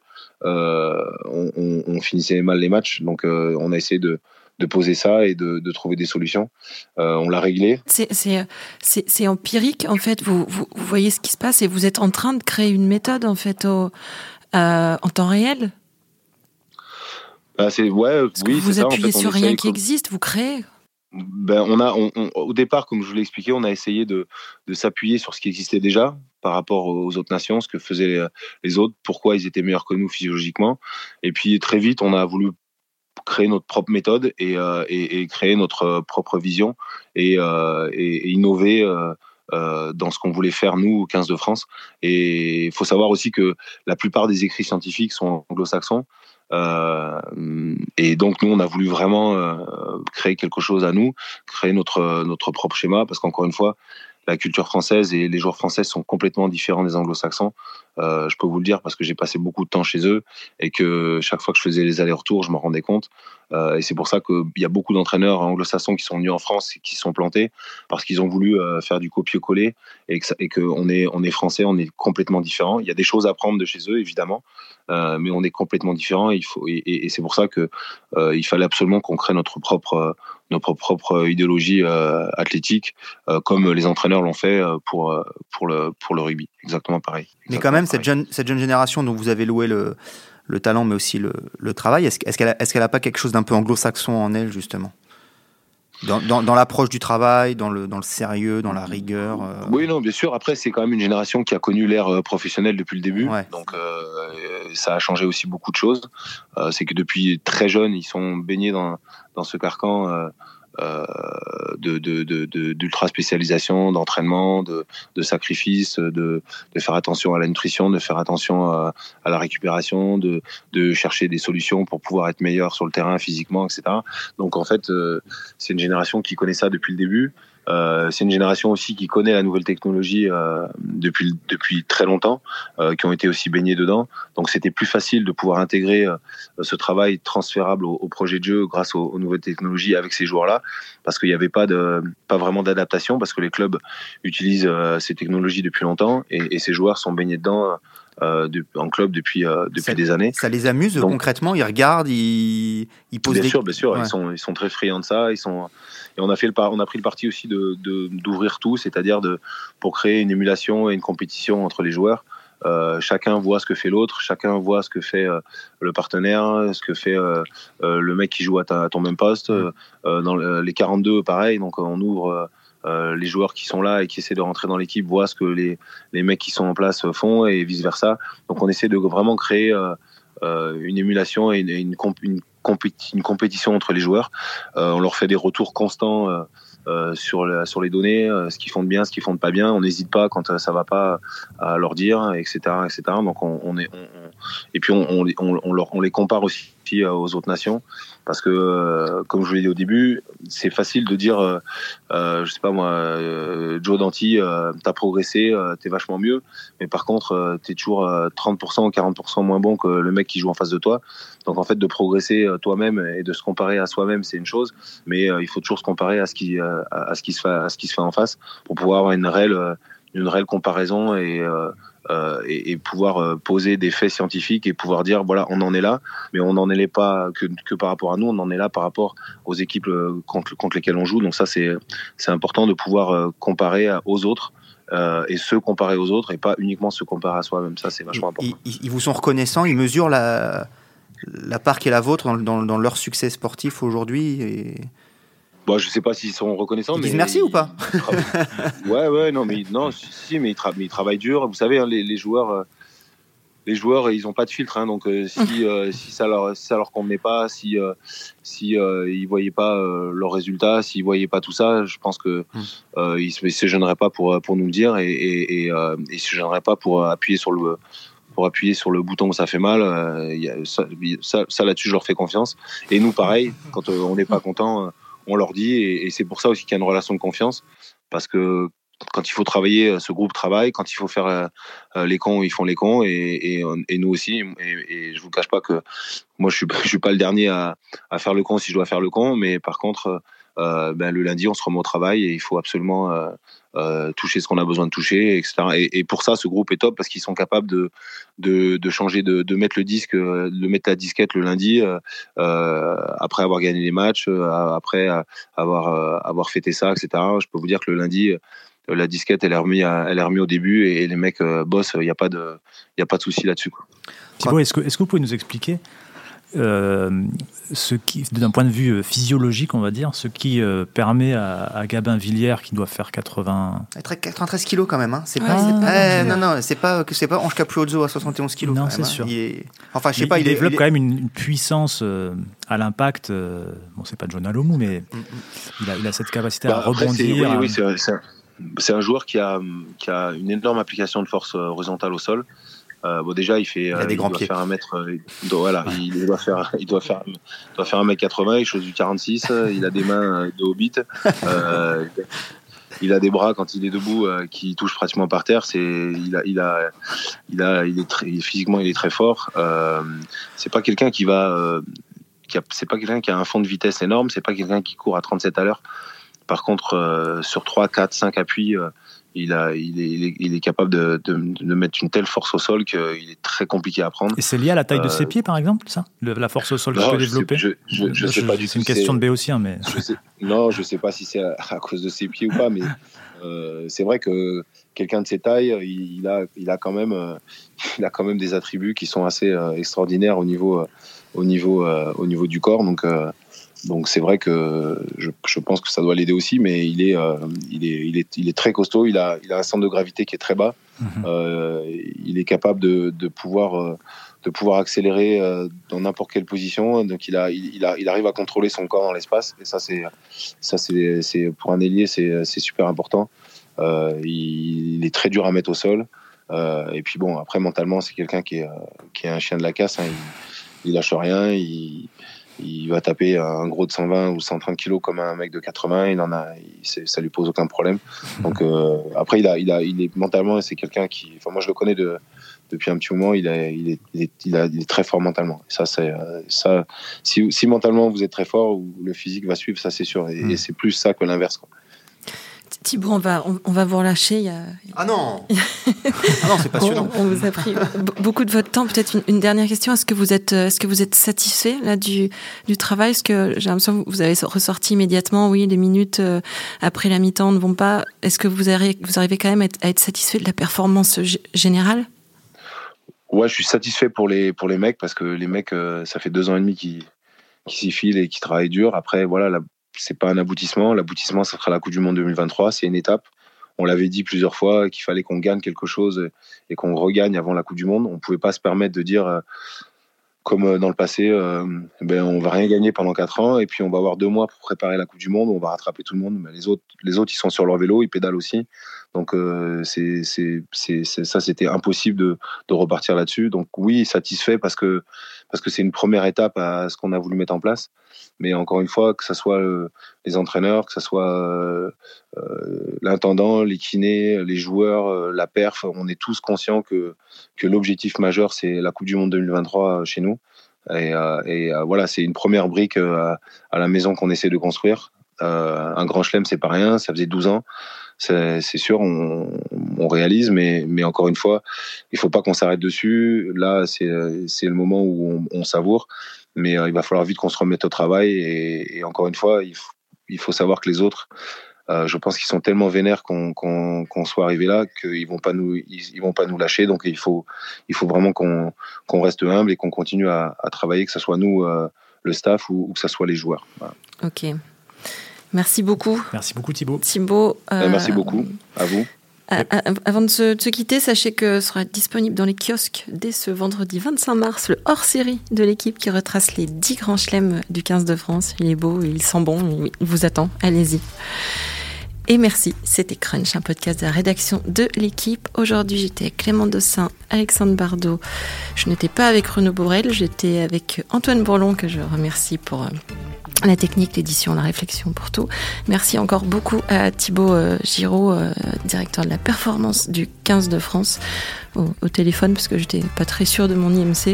on finissait mal les matchs. Donc on a essayé de poser ça et de trouver des solutions. On l'a réglé. C'est empirique, en fait. Vous voyez ce qui se passe et vous êtes en train de créer une méthode, en fait, en temps réel. Vous appuyez sur rien qui existe, vous créez. Au départ, comme je vous l'ai expliqué, on a essayé de s'appuyer sur ce qui existait déjà par rapport aux autres nations, ce que faisaient les autres, pourquoi ils étaient meilleurs que nous physiologiquement. Et puis très vite, on a voulu créer notre propre méthode et créer notre propre vision et innover dans ce qu'on voulait faire nous au 15 de France. Et il faut savoir aussi que la plupart des écrits scientifiques sont anglo-saxons. Et donc nous on a voulu vraiment créer quelque chose à nous, créer notre propre schéma, parce qu'encore une fois, la culture française et les joueurs français sont complètement différents des anglo-saxons. Je peux vous le dire parce que j'ai passé beaucoup de temps chez eux et que chaque fois que je faisais les allers-retours, je m'en rendais compte. Et c'est pour ça qu'il y a beaucoup d'entraîneurs anglo-saxons qui sont venus en France et qui se sont plantés parce qu'ils ont voulu faire du copier-coller et qu'on est français, on est complètement différents. Il y a des choses à prendre de chez eux, évidemment, mais on est complètement différents et c'est pour ça qu'il fallait absolument qu'on crée notre propre idéologie athlétique, comme les entraîneurs l'ont fait pour le rugby. Exactement pareil. Mais quand même, cette jeune génération dont vous avez loué le talent, mais aussi le travail, est-ce qu'elle a pas quelque chose d'un peu anglo-saxon en elle, justement, dans l'approche du travail, dans le sérieux, dans la rigueur Oui, non, bien sûr. Après, c'est quand même une génération qui a connu l'ère professionnelle depuis le début. Ouais. Donc, ça a changé aussi beaucoup de choses. C'est que depuis très jeune, ils sont baignés dans ce carcan d'ultra spécialisation, d'entraînement, de sacrifice, de faire attention à la nutrition, de faire attention à la récupération, de chercher des solutions pour pouvoir être meilleur sur le terrain physiquement, etc. Donc en fait, c'est une génération qui connaît ça depuis le début. C'est une génération aussi qui connaît la nouvelle technologie depuis très longtemps, qui ont été aussi baignés dedans. Donc c'était plus facile de pouvoir intégrer ce travail transférable au projet de jeu grâce aux nouvelles technologies avec ces joueurs-là, parce qu'il n'y avait pas vraiment d'adaptation, parce que les clubs utilisent ces technologies depuis longtemps et ces joueurs sont baignés dedans en club depuis des années. Ça les amuse. Donc, concrètement, ils regardent, ils posent bien sûr, ouais. Ils sont très friands de ça. Et on a pris le parti aussi d'ouvrir tout, c'est-à-dire pour créer une émulation et une compétition entre les joueurs. chacun voit ce que fait l'autre, chacun voit ce que fait le partenaire, ce que fait le mec qui joue à ton même poste. Dans les 42, pareil, donc on ouvre les joueurs qui sont là et qui essaient de rentrer dans l'équipe voient ce que les mecs qui sont en place font et vice-versa. Donc on essaie de vraiment créer une émulation et une compétition entre les joueurs. On leur fait des retours constants sur les données, ce qu'ils font de bien, ce qu'ils font de pas bien. On n'hésite pas quand ça va pas à leur dire, etc., etc. Donc et puis on les compare aussi aux autres nations parce que comme je vous l'ai dit au début, c'est facile de dire je sais pas moi, Joe Danty, t'as progressé, t'es vachement mieux, mais par contre t'es toujours 30% ou 40% moins bon que le mec qui joue en face de toi. Donc en fait de progresser toi-même et de se comparer à soi-même, c'est une chose, mais il faut toujours se comparer à ce qui se fait en face pour pouvoir avoir une réelle comparaison et pouvoir poser des faits scientifiques et pouvoir dire voilà, on en est là, mais on n'en est pas que par rapport à nous, on en est là par rapport aux équipes contre lesquelles on joue. Donc ça c'est important de pouvoir comparer aux autres et se comparer aux autres et pas uniquement se comparer à soi-même. Ça c'est vachement important. Ils vous sont reconnaissants, ils mesurent la part qui est la vôtre dans leur succès sportif aujourd'hui et... Bon, je sais pas s'ils sont reconnaissants. Ils disent merci ou pas? Ouais, non, mais ils travaillent dur. Vous savez, hein, les joueurs, ils ont pas de filtre, hein, donc si ça leur convenait pas, si ils voyaient pas leurs résultats, s'ils voyaient pas tout ça, je pense que ils se gêneraient pas pour nous le dire et ils se gêneraient pas pour appuyer sur le bouton où ça fait mal. Ça là-dessus, je leur fais confiance. Et nous, pareil, quand on n'est pas content, on leur dit, et c'est pour ça aussi qu'il y a une relation de confiance, parce que quand il faut travailler, ce groupe travaille, quand il faut faire les cons, ils font les cons, et nous aussi, et je vous cache pas que moi je suis pas le dernier à faire le con si je dois faire le con, mais par contre le lundi on se remet au travail et il faut absolument toucher ce qu'on a besoin de toucher, etc. Et pour ça ce groupe est top parce qu'ils sont capables de changer, de mettre le disque, de mettre la disquette le lundi après avoir gagné les matchs, après avoir fêté ça, etc. Je peux vous dire que le lundi la disquette elle est remise au début et les mecs bossent, il y a pas de souci là-dessus, quoi. Thibaut, est-ce que vous pouvez nous expliquer ce qui, d'un point de vue physiologique, on va dire, ce qui permet à Gabin Villiers, qui doit faire 93 kilos quand même, hein. C'est pas Ange Capluozzo à 71 kilos. Non, quand c'est même, sûr. Hein. Il développe quand même une puissance à l'impact. Bon, c'est pas John Alomou, mais il a cette capacité à rebondir. Oui, c'est un joueur qui a une énorme application de force horizontale au sol. Déjà il a des grands pieds. Faire un mètre, voilà, il doit faire 1m80, il chose du 46, il a des mains de hobbit, il a des bras quand il est debout qui touchent pratiquement par terre. Physiquement il est très fort. C'est pas quelqu'un c'est pas quelqu'un qui a un fond de vitesse énorme, c'est pas quelqu'un qui court à 37 à l'heure. Par contre, sur 3, 4, 5 appuis, il est capable de mettre une telle force au sol qu'il est très compliqué à prendre. Et c'est lié à la taille de ses pieds, par exemple, ça, la force au sol qu'il peut développer? Je sais pas du tout. C'est une question de béotien, mais... Je sais pas si c'est à cause de ses pieds ou pas, mais c'est vrai que quelqu'un de ses tailles, il a quand même des attributs qui sont assez extraordinaires au niveau du corps. Donc c'est vrai que je pense que ça doit l'aider aussi, mais il est très costaud. Il a un centre de gravité qui est très bas. Il est capable de pouvoir accélérer dans n'importe quelle position. Donc il arrive à contrôler son corps dans l'espace. Et ça c'est pour un ailier c'est super important. Il est très dur à mettre au sol. Et puis bon, après mentalement c'est quelqu'un qui est un chien de la casse, hein. Il lâche rien. Il va taper un gros de 120 ou 130 kilos comme un mec de 80. Ça lui pose aucun problème. Donc après, il est mentalement, c'est quelqu'un qui. Enfin, moi, je le connais depuis un petit moment. Il est très fort mentalement. Et ça. Si mentalement vous êtes très fort, le physique va suivre, ça c'est sûr. Et c'est plus ça que l'inverse, quoi. Thibaut, on va vous relâcher. Ah non, c'est passionnant. On vous a pris beaucoup de votre temps. Peut-être une dernière question. Est-ce que vous êtes satisfait là du travail? Est-ce que j'ai l'impression que vous avez ressorti immédiatement, oui, les minutes après la mi-temps ne vont pas. Est-ce que vous arrivez quand même à être satisfait de la performance générale? Ouais, je suis satisfait pour les mecs parce que les mecs, ça fait 2 ans et demi qu'ils s'y filent et qui travaillent dur. Après, voilà, c'est pas un aboutissement. L'aboutissement, ça sera la Coupe du Monde 2023. C'est une étape. On l'avait dit plusieurs fois qu'il fallait qu'on gagne quelque chose et qu'on regagne avant la Coupe du Monde. On pouvait pas se permettre de dire, comme dans le passé, on va rien gagner pendant 4 ans et puis on va avoir 2 mois pour préparer la Coupe du Monde. On va rattraper tout le monde. Mais les autres, ils sont sur leur vélo, ils pédalent aussi. Donc ça, c'était impossible de repartir là-dessus. Donc oui, satisfait parce que c'est une première étape à ce qu'on a voulu mettre en place. Mais encore une fois, que ce soit les entraîneurs, que ce soit l'intendant, les kinés, les joueurs, la perf, on est tous conscients que l'objectif majeur, c'est la Coupe du Monde 2023 chez nous. Et voilà, c'est une première brique à la maison qu'on essaie de construire. Un grand chelem, c'est pas rien, ça faisait 12 ans. C'est sûr, on réalise, mais encore une fois, il faut pas qu'on s'arrête dessus. Là, c'est le moment où on savoure, mais il va falloir vite qu'on se remette au travail. Et encore une fois, il faut savoir que les autres, je pense qu'ils sont tellement vénères qu'on soit arrivé là qu'ils vont pas nous lâcher. Donc il faut vraiment qu'on reste humble et qu'on continue à travailler, que ce soit nous, le staff, ou que ce soit les joueurs. Voilà. Ok. Merci beaucoup. Merci beaucoup Thibaut. Thibaut. Merci beaucoup à vous. Avant de se quitter, sachez que sera disponible dans les kiosques dès ce vendredi 25 mars le hors-série de l'équipe qui retrace les 10 grands chelems du 15 de France. Il est beau, il sent bon, il vous attend. Allez-y. Et merci, c'était Crunch, un podcast de la rédaction de l'équipe. Aujourd'hui, j'étais avec Clément Dossin, Alexandre Bardot. Je n'étais pas avec Renaud Borel, j'étais avec Antoine Bourlon, que je remercie pour la technique, l'édition, la réflexion, pour tout. Merci encore beaucoup à Thibaut Giraud, directeur de la performance du 15 de France, au téléphone, parce que j'étais pas très sûre de mon IMC.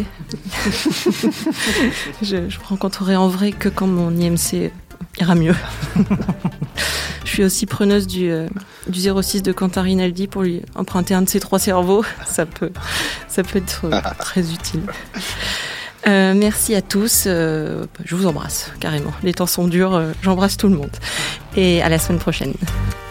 Je rencontrerai en vrai que quand mon IMC ira mieux. Je suis aussi preneuse du 06 de Quentin Rinaldi pour lui emprunter un de ses 3 cerveaux. Ça peut être très utile. Merci à tous. Je vous embrasse, carrément. Les temps sont durs. J'embrasse tout le monde. Et à la semaine prochaine.